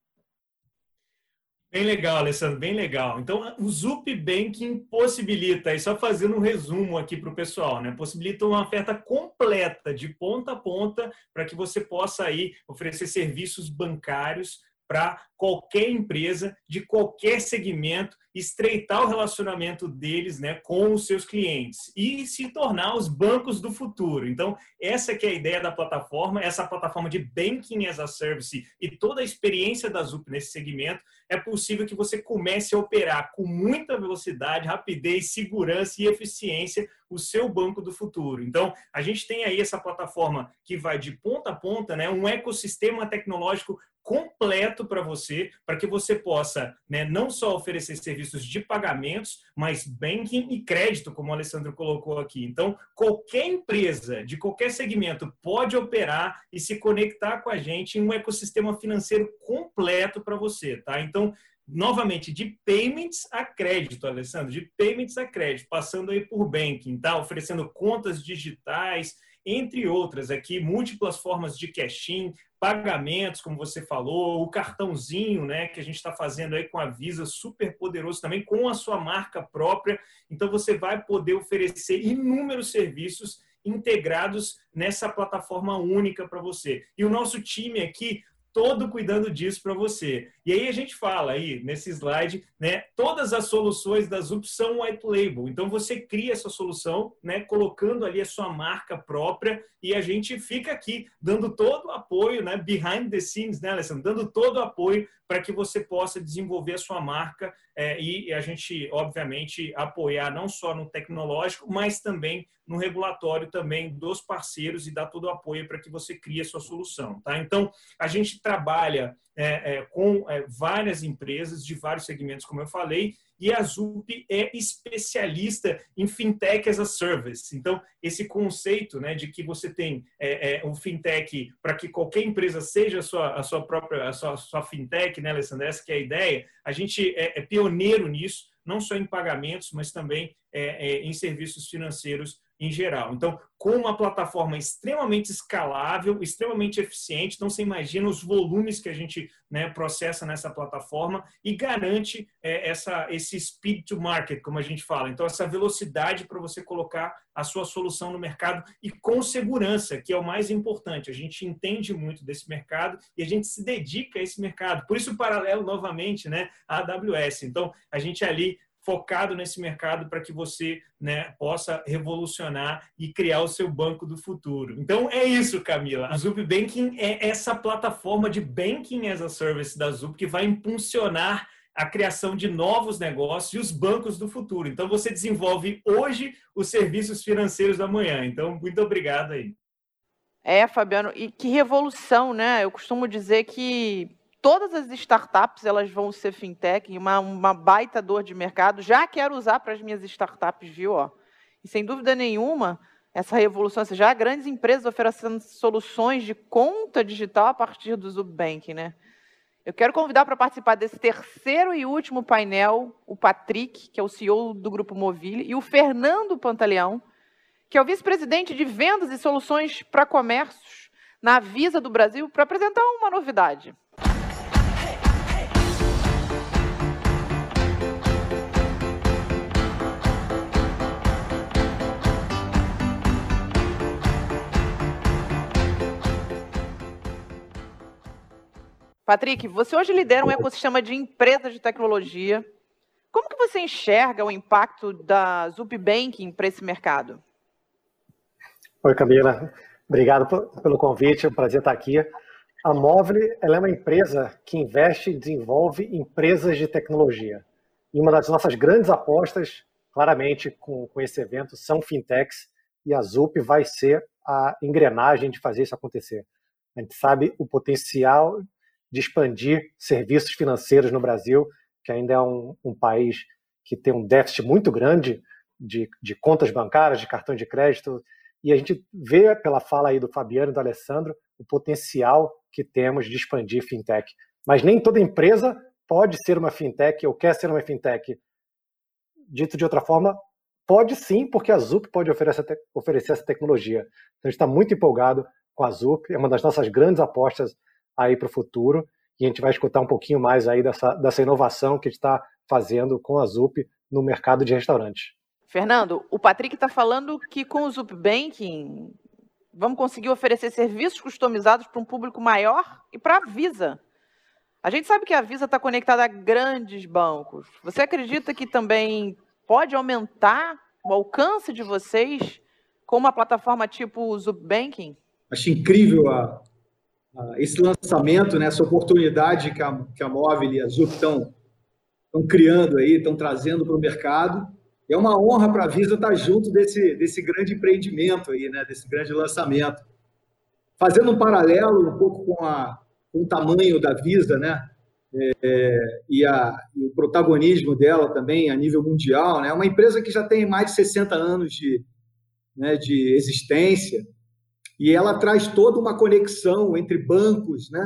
Bem legal, Alessandro, bem legal. Então, o Zup Banking possibilita, e só fazendo um resumo aqui para o pessoal, né? Possibilita uma oferta completa, de ponta a ponta, para que você possa aí oferecer serviços bancários para qualquer empresa, de qualquer segmento, estreitar o relacionamento deles, né, com os seus clientes e se tornar os bancos do futuro. Então, essa que é a ideia da plataforma, essa plataforma de Banking as a Service e toda a experiência da Zup nesse segmento, é possível que você comece a operar com muita velocidade, rapidez, segurança e eficiência o seu banco do futuro. Então, a gente tem aí essa plataforma que vai de ponta a ponta, né, um ecossistema tecnológico completo para você, para que você possa, né, não só oferecer serviços de pagamentos, mas banking e crédito, como o Alessandro colocou aqui. Então, qualquer empresa de qualquer segmento pode operar e se conectar com a gente em um ecossistema financeiro completo para você, tá? Então, novamente, de payments a crédito, Alessandro, de payments a crédito, passando aí por banking, tá? Oferecendo contas digitais, entre outras aqui, múltiplas formas de cash-in, pagamentos, como você falou, o cartãozinho, né, que a gente está fazendo aí com a Visa, super poderoso também, com a sua marca própria. Então, você vai poder oferecer inúmeros serviços integrados nessa plataforma única para você. E o nosso time aqui, todo cuidando disso para você. E aí a gente fala aí, nesse slide, né, todas as soluções da Zup são white label. Então, você cria essa solução, né, colocando ali a sua marca própria e a gente fica aqui dando todo o apoio, né, behind the scenes, né, Alessandro? Dando todo o apoio para que você possa desenvolver a sua marca é, e a gente, obviamente, apoiar não só no tecnológico, mas também no regulatório também dos parceiros e dar todo o apoio para que você crie a sua solução, tá? Então, a gente trabalha é, é, com é, várias empresas de vários segmentos, como eu falei, e a Zup é especialista em Fintech as a Service. Então, esse conceito, né, de que você tem é, é, um Fintech para que qualquer empresa seja a sua, a sua própria a sua, a sua Fintech, né, Alessandra? Essa que é a ideia. A gente é, é pioneiro nisso, não só em pagamentos, mas também é, é, em serviços financeiros em geral. Então, com uma plataforma extremamente escalável, extremamente eficiente, então você imagina os volumes que a gente, né, processa nessa plataforma e garante é, essa, esse speed to market, como a gente fala. Então, essa velocidade para você colocar a sua solução no mercado e com segurança, que é o mais importante. A gente entende muito desse mercado e a gente se dedica a esse mercado. Por isso, o paralelo, novamente, né, à A W S. Então, a gente ali focado nesse mercado para que você, né, possa revolucionar e criar o seu banco do futuro. Então, é isso, Camila. A Zup Banking é essa plataforma de Banking as a Service da Zup que vai impulsionar a criação de novos negócios e os bancos do futuro. Então, você desenvolve hoje os serviços financeiros da manhã. Então, muito obrigado aí. É, Fabiano, e que revolução, né? Eu costumo dizer que todas as startups elas vão ser fintech, uma, uma baita dor de mercado. Já quero usar para as minhas startups, viu? Ó. E sem dúvida nenhuma, essa revolução, ou seja, já grandes empresas oferecendo soluções de conta digital a partir do Zup Banking, né? Eu quero convidar para participar desse terceiro e último painel o Patrick, que é o C E O do Grupo Movile, e o Fernando Pantaleão, que é o vice-presidente de vendas e soluções para comércios na Visa do Brasil, para apresentar uma novidade. Patrick, você hoje lidera um ecossistema de empresas de tecnologia. Como que você enxerga o impacto da Zup Banking para esse mercado? Oi, Camila. Obrigado pelo convite, é um prazer estar aqui. A Movile ela é uma empresa que investe e desenvolve empresas de tecnologia. E uma das nossas grandes apostas, claramente, com, com esse evento, são fintechs, e a Zup vai ser a engrenagem de fazer isso acontecer. A gente sabe o potencial de expandir serviços financeiros no Brasil, que ainda é um, um país que tem um déficit muito grande de, de contas bancárias, de cartão de crédito, e a gente vê pela fala aí do Fabiano e do Alessandro o potencial que temos de expandir fintech. Mas nem toda empresa pode ser uma fintech ou quer ser uma fintech. Dito de outra forma, pode sim, porque a Zup pode oferecer, oferecer essa tecnologia. Então a gente está muito empolgado com a Zup, é uma das nossas grandes apostas aí para o futuro, e a gente vai escutar um pouquinho mais aí dessa, dessa inovação que a gente está fazendo com a Zup no mercado de restaurantes. Fernando, o Patrick está falando que com o Zup Banking vamos conseguir oferecer serviços customizados para um público maior e para a Visa. A gente sabe que a Visa está conectada a grandes bancos. Você acredita que também pode aumentar o alcance de vocês com uma plataforma tipo o Zup Banking? Acho incrível a esse lançamento, né, essa oportunidade que a, que a Movile e a Zup estão criando aí, estão trazendo para o mercado. É uma honra para a Visa estar junto desse, desse grande empreendimento aí, né, desse grande lançamento. Fazendo um paralelo um pouco com, a, com o tamanho da Visa, né, é, e, a, e o protagonismo dela também a nível mundial, né, é uma empresa que já tem mais de sessenta anos de, né, de existência. E ela traz toda uma conexão entre bancos, né,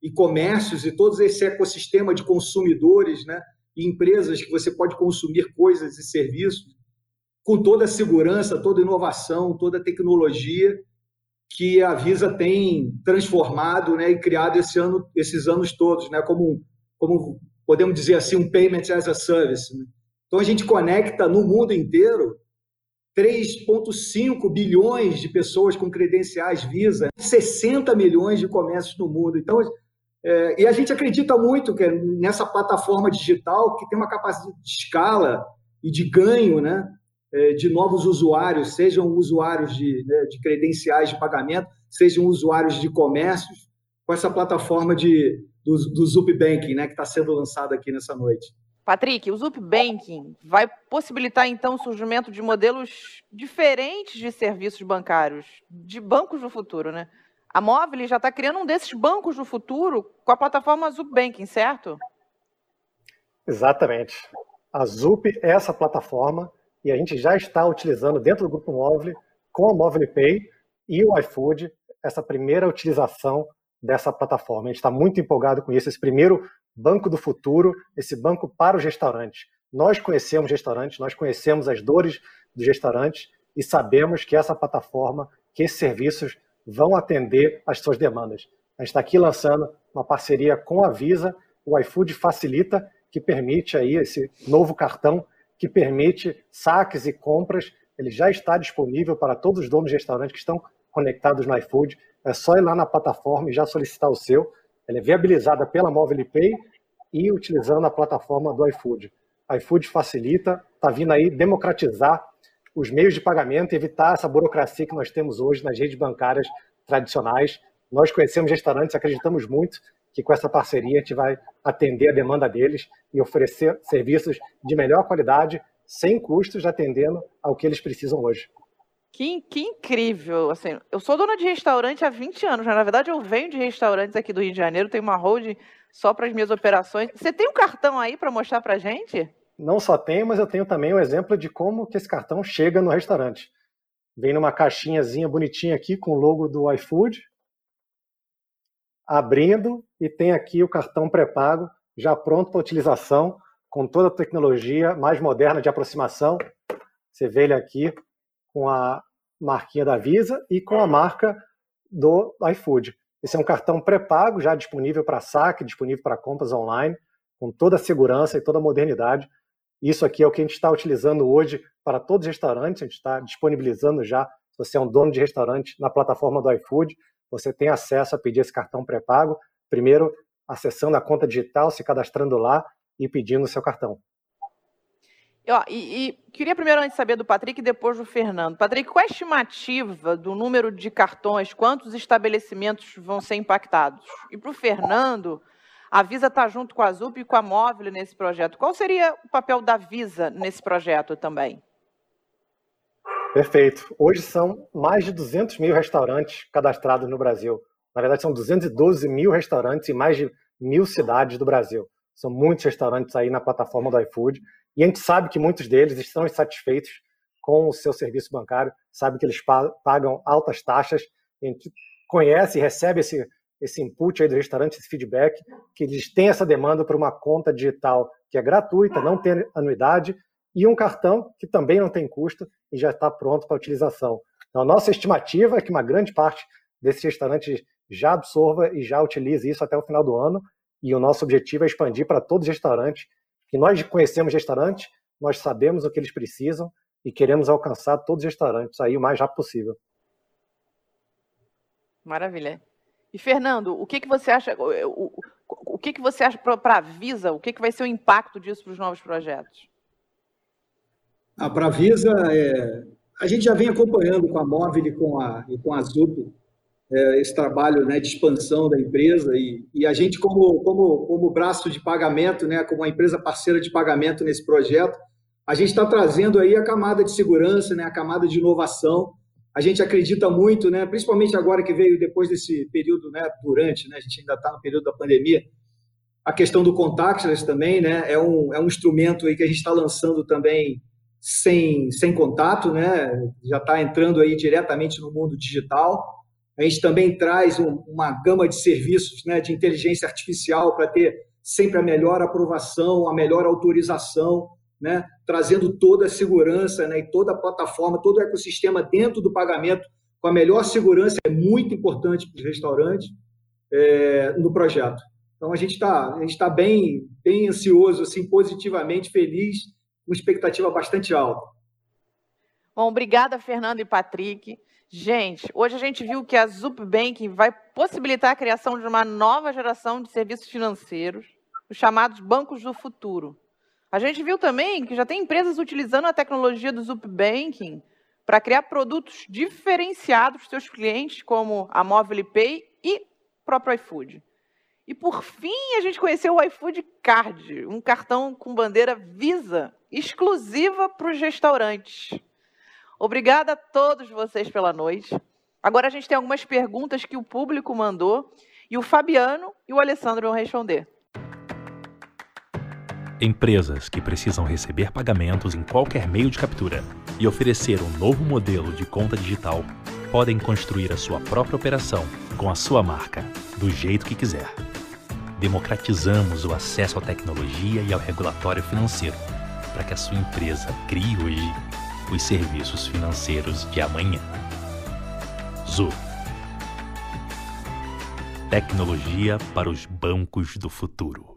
e comércios e todo esse ecossistema de consumidores, né, e empresas que você pode consumir coisas e serviços com toda a segurança, toda a inovação, toda a tecnologia que a Visa tem transformado, né, e criado esse ano, esses anos todos, né, como, como podemos dizer assim, um Payment as a Service. Né? Então, a gente conecta no mundo inteiro três vírgula cinco bilhões de pessoas com credenciais Visa, sessenta milhões de comércios no mundo. Então, é, e a gente acredita muito que nessa plataforma digital que tem uma capacidade de escala e de ganho, né, de novos usuários, sejam usuários de, né, de credenciais de pagamento, sejam usuários de comércios, com essa plataforma de, do, do Zup Banking, né, que está sendo lançada aqui nessa noite. Patrick, o Zup Banking vai possibilitar, então, o surgimento de modelos diferentes de serviços bancários, de bancos do futuro, né? A Movile já está criando um desses bancos do futuro com a plataforma Zup Banking, certo? Exatamente. A Zup é essa plataforma e a gente já está utilizando dentro do Grupo Movile, com a Movile Pay e o iFood, essa primeira utilização dessa plataforma. A gente está muito empolgado com isso, esse primeiro banco do futuro, esse banco para os restaurantes. Nós conhecemos restaurantes, nós conhecemos as dores dos restaurantes e sabemos que essa plataforma, que esses serviços vão atender às suas demandas. A gente está aqui lançando uma parceria com a Visa, o iFood facilita, que permite aí esse novo cartão, que permite saques e compras. Ele já está disponível para todos os donos de restaurantes que estão conectados no iFood. É só ir lá na plataforma e já solicitar o seu. Ela é viabilizada pela Movile Pay e utilizando a plataforma do iFood. iFood facilita, está vindo aí democratizar os meios de pagamento e evitar essa burocracia que nós temos hoje nas redes bancárias tradicionais. Nós conhecemos restaurantes, acreditamos muito que com essa parceria a gente vai atender a demanda deles e oferecer serviços de melhor qualidade, sem custos, atendendo ao que eles precisam hoje. Que, que incrível! Assim, eu sou dona de restaurante há vinte anos, né? Na verdade eu venho de restaurantes aqui do Rio de Janeiro, tenho uma holding só para as minhas operações. Você tem um cartão aí para mostrar para a gente? Não só tenho, mas eu tenho também um exemplo de como que esse cartão chega no restaurante. Vem numa caixinhazinha bonitinha aqui com o logo do iFood, abrindo, e tem aqui o cartão pré-pago, já pronto para utilização, com toda a tecnologia mais moderna de aproximação. Você vê ele aqui com a marquinha da Visa e com a marca do iFood. Esse é um cartão pré-pago, já disponível para saque, disponível para compras online, com toda a segurança e toda a modernidade. Isso aqui é o que a gente está utilizando hoje para todos os restaurantes, a gente está disponibilizando já. Se você é um dono de restaurante na plataforma do iFood, você tem acesso a pedir esse cartão pré-pago, primeiro acessando a conta digital, se cadastrando lá e pedindo o seu cartão. E, ó, e, e queria primeiro antes saber do Patrick e depois do Fernando. Patrick, qual é a estimativa do número de cartões, quantos estabelecimentos vão ser impactados? E para o Fernando, a Visa está junto com a Zup e com a Movile nesse projeto. Qual seria o papel da Visa nesse projeto também? Perfeito. Hoje são mais de duzentos mil restaurantes cadastrados no Brasil. Na verdade, são duzentos e doze mil restaurantes em mais de mil cidades do Brasil. São muitos restaurantes aí na plataforma do iFood. E a gente sabe que muitos deles estão insatisfeitos com o seu serviço bancário, sabe que eles pagam altas taxas. A gente conhece e recebe esse, esse input aí do restaurante, esse feedback, que eles têm essa demanda por uma conta digital que é gratuita, não tem anuidade, e um cartão que também não tem custo e já está pronto para utilização. Então, a nossa estimativa é que uma grande parte desses restaurantes já absorva e já utilize isso até o final do ano, e o nosso objetivo é expandir para todos os restaurantes, que nós conhecemos restaurantes, nós sabemos o que eles precisam e queremos alcançar todos os restaurantes aí o mais rápido possível. Maravilha. E, Fernando, o que, que você acha, o, o, o que, que você acha para a Visa, o que, que vai ser o impacto disso para os novos projetos? Ah, para a Visa, é, a gente já vem acompanhando com a Movile e com a, e com a Zup é, esse trabalho, né, de expansão da empresa e, e a gente, como, como, como braço de pagamento, né, como uma empresa parceira de pagamento nesse projeto, a gente está trazendo aí a camada de segurança, né, a camada de inovação. A gente acredita muito, né, principalmente agora que veio depois desse período, né, durante, né, a gente ainda está no período da pandemia, a questão do contactless também, né, é um, é um instrumento aí que a gente está lançando também sem, sem contato, né, já está entrando aí diretamente no mundo digital. A gente também traz um, uma gama de serviços, né, de inteligência artificial para ter sempre a melhor aprovação, a melhor autorização, né, trazendo toda a segurança, né, e toda a plataforma, todo o ecossistema dentro do pagamento com a melhor segurança. É muito importante para os restaurantes é, no projeto. Então, a gente está a gente tá bem, bem ansioso, assim, positivamente feliz, com expectativa bastante alta. Bom, obrigada, Fernando e Patrick. Gente, hoje a gente viu que a Zup Banking vai possibilitar a criação de uma nova geração de serviços financeiros, os chamados bancos do futuro. A gente viu também que já tem empresas utilizando a tecnologia do Zup Banking para criar produtos diferenciados para seus clientes, como a Mobile Pay e o próprio iFood. E, por fim, a gente conheceu o iFood Card, um cartão com bandeira Visa, exclusiva para os restaurantes. Obrigada a todos vocês pela noite. Agora a gente tem algumas perguntas que o público mandou e o Fabiano e o Alessandro vão responder. Empresas que precisam receber pagamentos em qualquer meio de captura e oferecer um novo modelo de conta digital podem construir a sua própria operação com a sua marca, do jeito que quiser. Democratizamos o acesso à tecnologia e ao regulatório financeiro para que a sua empresa crie hoje os serviços financeiros de amanhã. Zup. Tecnologia para os bancos do futuro.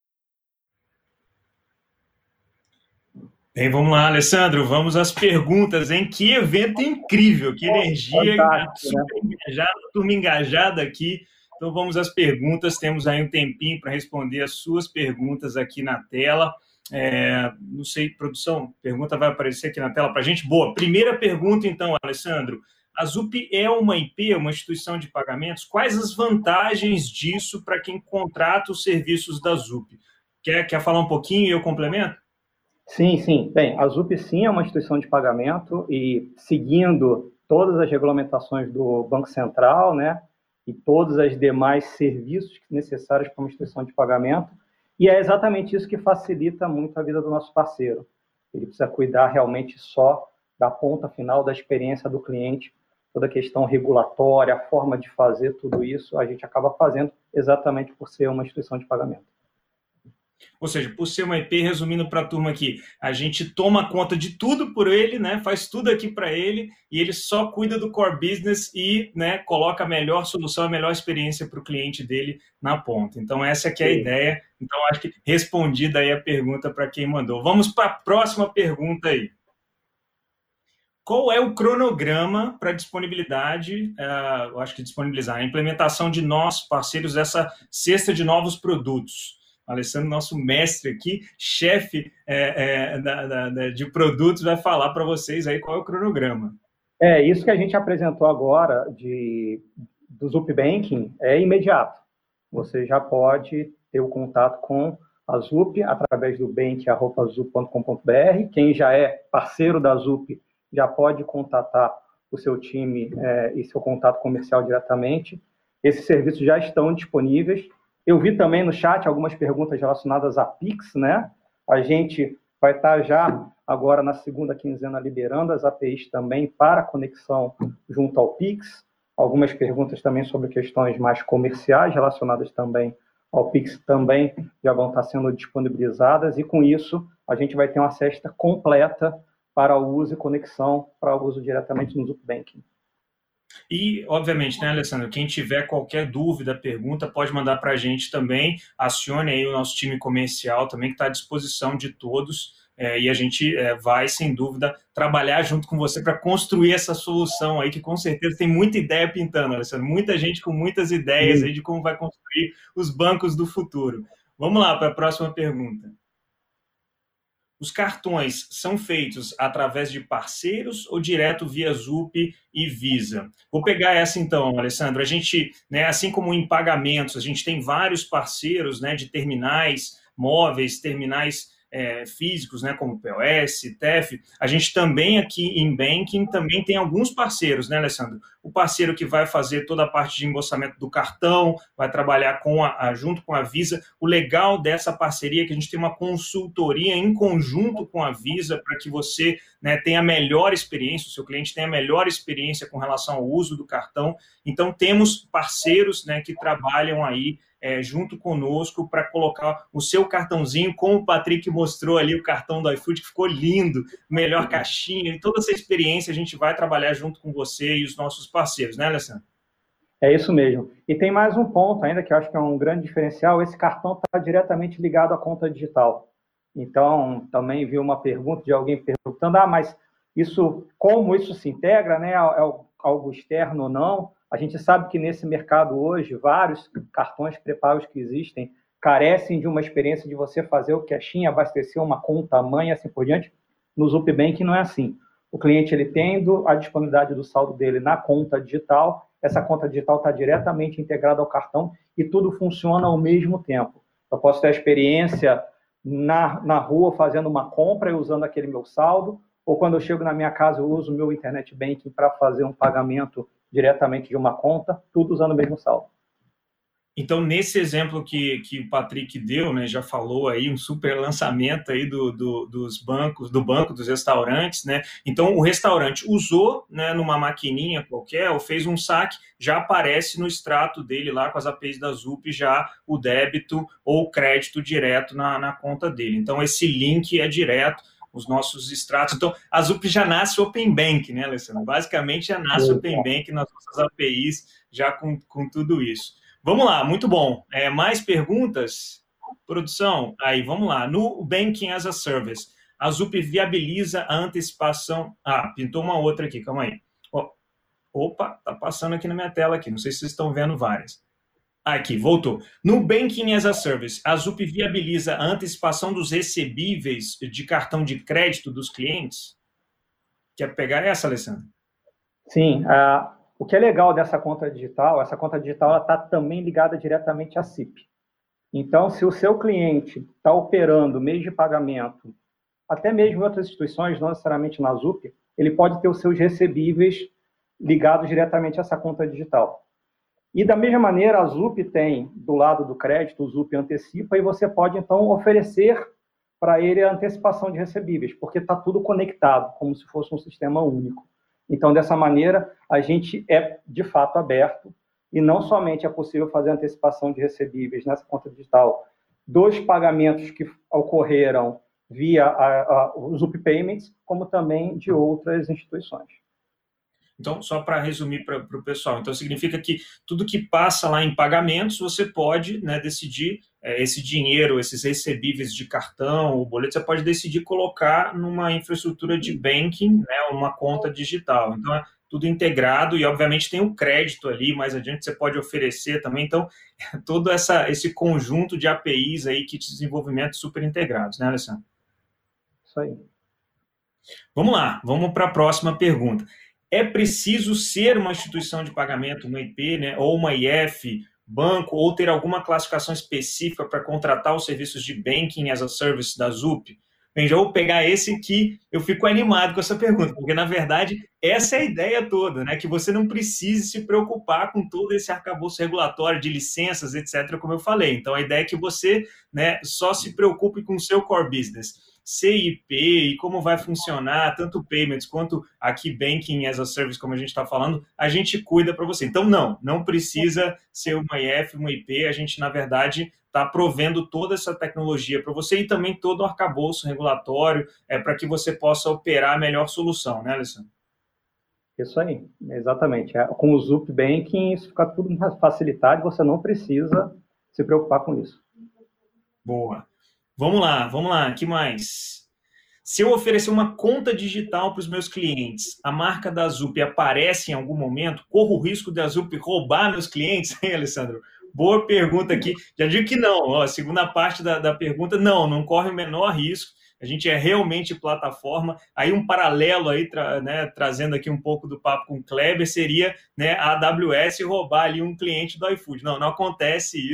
Bem, vamos lá, Alessandro, vamos às perguntas, hein? Que evento incrível, que energia, super engajada, turma engajada aqui. Então vamos às perguntas, temos aí um tempinho para responder as suas perguntas aqui na tela. É, não sei, produção, pergunta vai aparecer aqui na tela para a gente. Boa, primeira pergunta então, Alessandro. A Zup é uma I P, uma instituição de pagamentos? Quais as vantagens disso para quem contrata os serviços da Zup? Quer, quer falar um pouquinho e eu complemento? Sim, sim. Bem, a Zup sim é uma instituição de pagamento e seguindo todas as regulamentações do Banco Central, né, e todos os demais serviços necessários para uma instituição de pagamento. E é exatamente isso que facilita muito a vida do nosso parceiro. Ele precisa cuidar realmente só da ponta final, da experiência do cliente, toda a questão regulatória, a forma de fazer tudo isso, a gente acaba fazendo exatamente por ser uma instituição de pagamento. Ou seja, por ser uma I P, resumindo para a turma aqui, a gente toma conta de tudo por ele, né? Faz tudo aqui para ele e ele só cuida do core business e, né, coloca a melhor solução, a melhor experiência para o cliente dele na ponta. Então, essa aqui é a Sim. ideia. Então, acho que respondida aí a pergunta para quem mandou. Vamos para a próxima pergunta aí. Qual é o cronograma para disponibilidade, uh, eu acho que disponibilizar, a implementação de nós, parceiros, dessa cesta de novos produtos? Alessandro, nosso mestre aqui, chefe é, é, da, da, de produtos, vai falar para vocês aí qual é o cronograma. É, isso que a gente apresentou agora de, do Zup Banking é imediato. Você já pode ter o contato com a Zup através do bank arroba zup ponto com ponto br. Quem já é parceiro da Zup já pode contatar o seu time é, e seu contato comercial diretamente. Esses serviços já estão disponíveis. Eu vi também no chat algumas perguntas relacionadas a Pix, né? A gente vai estar já agora na segunda quinzena liberando as A P Is também para conexão junto ao Pix. Algumas perguntas também sobre questões mais comerciais relacionadas também ao Pix também já vão estar sendo disponibilizadas e com isso a gente vai ter uma cesta completa para o uso e conexão para o uso diretamente no Zup Banking. E, obviamente, né, Alessandro, quem tiver qualquer dúvida, pergunta, pode mandar para a gente também, acione aí o nosso time comercial também, que está à disposição de todos, é, e a gente é, vai, sem dúvida, trabalhar junto com você para construir essa solução aí, que com certeza tem muita ideia pintando, Alessandro, muita gente com muitas ideias aí de como vai construir os bancos do futuro. Vamos lá para a próxima pergunta. Os cartões são feitos através de parceiros ou direto via Zup e Visa? Vou pegar essa então, Alessandro. A gente, né, assim como em pagamentos, a gente tem vários parceiros, né, de terminais móveis, terminais é, físicos, né, como P O S, T E F, a gente também aqui em Banking também tem alguns parceiros, né, Alessandro? O parceiro que vai fazer toda a parte de embolsamento do cartão, vai trabalhar com a, a, junto com a Visa. O legal dessa parceria é que a gente tem uma consultoria em conjunto com a Visa para que você, né, tenha a melhor experiência, o seu cliente tenha a melhor experiência com relação ao uso do cartão. Então, temos parceiros, né, que trabalham aí É, junto conosco para colocar o seu cartãozinho, como o Patrick mostrou ali, o cartão do iFood, que ficou lindo, melhor caixinha, e toda essa experiência a gente vai trabalhar junto com você e os nossos parceiros, né, Alessandro? É isso mesmo. E tem mais um ponto ainda que eu acho que é um grande diferencial, esse cartão está diretamente ligado à conta digital. Então, também vi uma pergunta de alguém perguntando, ah, mas isso, como isso se integra, né, é algo externo ou não? A gente sabe que nesse mercado hoje, vários cartões pré-pagos que existem carecem de uma experiência de você fazer o caixinha, abastecer uma conta mãe e assim por diante. No Zup Bank não é assim. O cliente, ele tendo a disponibilidade do saldo dele na conta digital, essa conta digital está diretamente integrada ao cartão e tudo funciona ao mesmo tempo. Eu posso ter a experiência na, na rua fazendo uma compra e usando aquele meu saldo, ou quando eu chego na minha casa eu uso o meu internet banking para fazer um pagamento diretamente de uma conta, tudo usando o mesmo saldo. Então, nesse exemplo que, que o Patrick deu, né, já falou aí, um super lançamento aí do, do, dos bancos, do banco, dos restaurantes, né? Então, o restaurante usou, né, numa maquininha qualquer, ou fez um saque, já aparece no extrato dele lá com as A P Is da Zup, já o débito ou o crédito direto na, na conta dele. Então, esse link é direto, os nossos extratos. Então, a Zup já nasce Open Bank, né, Alessandro? Basicamente, já nasce Open Bank nas nossas A P Is, já com, com tudo isso. Vamos lá, muito bom. É, mais perguntas? Produção? Aí, vamos lá. No Banking as a Service, a Zup viabiliza a antecipação... Ah, pintou uma outra aqui, calma aí. Oh, opa, tá passando aqui na minha tela, aqui. Não sei se vocês estão vendo várias. Aqui, voltou. No Banking as a Service, a Zup viabiliza a antecipação dos recebíveis de cartão de crédito dos clientes? Quer pegar essa, Alessandro? Sim. Uh, o que é legal dessa conta digital, essa conta digital está também ligada diretamente à C I P. Então, se o seu cliente está operando mês de pagamento, até mesmo em outras instituições, não necessariamente na Zup, ele pode ter os seus recebíveis ligados diretamente a essa conta digital. E da mesma maneira, a Zup tem, do lado do crédito, o Zup antecipa, e você pode, então, oferecer para ele a antecipação de recebíveis, porque está tudo conectado, como se fosse um sistema único. Então, dessa maneira, a gente é, de fato, aberto, e não somente é possível fazer antecipação de recebíveis nessa conta digital dos pagamentos que ocorreram via a, a, o Zup Payments, como também de outras instituições. Então, só para resumir para o pessoal, então significa que tudo que passa lá em pagamentos, você pode, né, decidir é, esse dinheiro, esses recebíveis de cartão, o boleto, você pode decidir colocar numa infraestrutura de banking, né, uma conta digital. Então, é tudo integrado e, obviamente, tem o crédito ali, mais adiante você pode oferecer também. Então, todo essa, esse conjunto de A P Is aí, que de desenvolvimento super integrados, né, Alessandro? Isso aí. Vamos lá, vamos para a próxima pergunta. É preciso ser uma instituição de pagamento, uma I P, né, ou uma I F, banco, ou ter alguma classificação específica para contratar os serviços de Banking as a Service da Zup? Bem, já vou pegar esse que eu fico animado com essa pergunta, porque, na verdade, essa é a ideia toda, né, que você não precise se preocupar com todo esse arcabouço regulatório de licenças, etcétera, como eu falei. Então, a ideia é que você, né, só se preocupe com o seu core business. C I P e como vai funcionar, tanto Payments quanto aqui Banking as a Service, como a gente está falando, a gente cuida para você. Então, não, não precisa ser uma I F, uma I P, a gente, na verdade, está provendo toda essa tecnologia para você e também todo o arcabouço regulatório é, para que você possa operar a melhor solução, né, Alessandro? Isso aí, exatamente. Com o Zup Banking, isso fica tudo facilitado, você não precisa se preocupar com isso. Boa. Vamos lá, vamos lá, o que mais? Se eu oferecer uma conta digital para os meus clientes, a marca da Zup aparece em algum momento? Corro o risco da Zup roubar meus clientes, hein, Alessandro? Boa pergunta aqui. Já digo que não, ó, a segunda parte da, da pergunta, não, não corre o menor risco. A gente é realmente plataforma. Aí um paralelo aí, tra, né, trazendo aqui um pouco do papo com o Kleber, seria, né, a AWS roubar ali um cliente do iFood. Não, não acontece isso.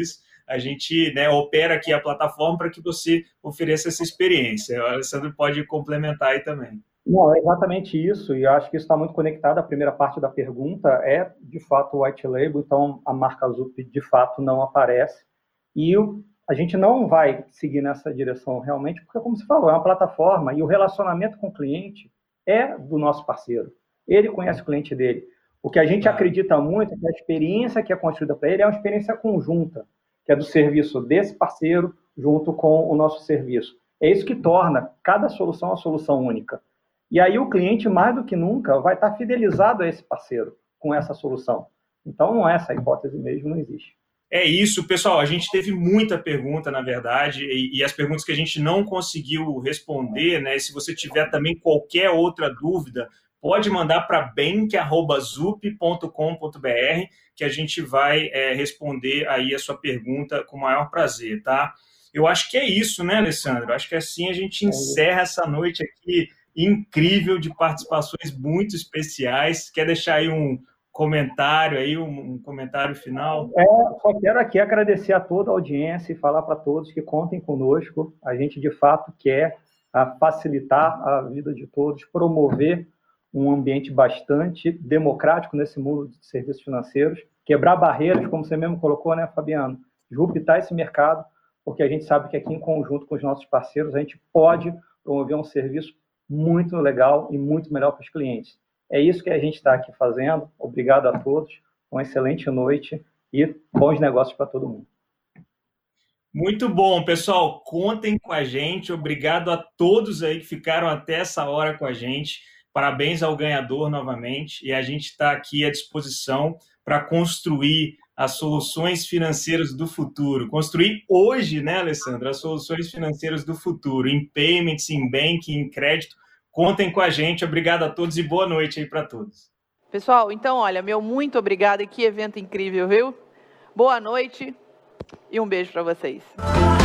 a gente, né, opera aqui a plataforma para que você ofereça essa experiência. O Alessandro pode complementar aí também. Não, é exatamente isso, e eu acho que isso está muito conectado. A primeira parte da pergunta é, de fato, o white label, então a marca Zup, de fato, não aparece. E o, a gente não vai seguir nessa direção realmente, porque, como você falou, é uma plataforma e o relacionamento com o cliente é do nosso parceiro. Ele conhece o cliente dele. O que a gente ah. acredita muito é que a experiência que é construída para ele é uma experiência conjunta, que é do serviço desse parceiro junto com o nosso serviço. É isso que torna cada solução uma solução única. E aí o cliente, mais do que nunca, vai estar fidelizado a esse parceiro com essa solução. Então, não é essa hipótese mesmo, não existe. É isso, pessoal. A gente teve muita pergunta, na verdade, e, e as perguntas que a gente não conseguiu responder, né? Se você tiver também qualquer outra dúvida, pode mandar para bank arroba zup ponto com ponto b r, que a gente vai é, responder aí a sua pergunta com o maior prazer, tá? Eu acho que é isso, né, Alessandro? Acho que assim a gente encerra essa noite aqui incrível, de participações muito especiais. Quer deixar aí um comentário, aí, um, um comentário final? É, só quero aqui agradecer a toda a audiência e falar para todos que contem conosco. A gente, de fato, quer a, facilitar a vida de todos, promover um ambiente bastante democrático nesse mundo de serviços financeiros, quebrar barreiras, como você mesmo colocou, né, Fabiano? Disruptar esse mercado, porque a gente sabe que aqui, em conjunto com os nossos parceiros, a gente pode promover um serviço muito legal e muito melhor para os clientes. É isso que a gente está aqui fazendo. Obrigado a todos, uma excelente noite e bons negócios para todo mundo. Muito bom, pessoal. Contem com a gente. Obrigado a todos aí que ficaram até essa hora com a gente. Parabéns ao ganhador novamente. E a gente está aqui à disposição para construir as soluções financeiras do futuro. Construir hoje, né, Alessandra, as soluções financeiras do futuro, em payments, em banking, em crédito. Contem com a gente. Obrigado a todos e boa noite aí para todos. Pessoal, então, olha, meu muito obrigado e que evento incrível, viu? Boa noite e um beijo para vocês.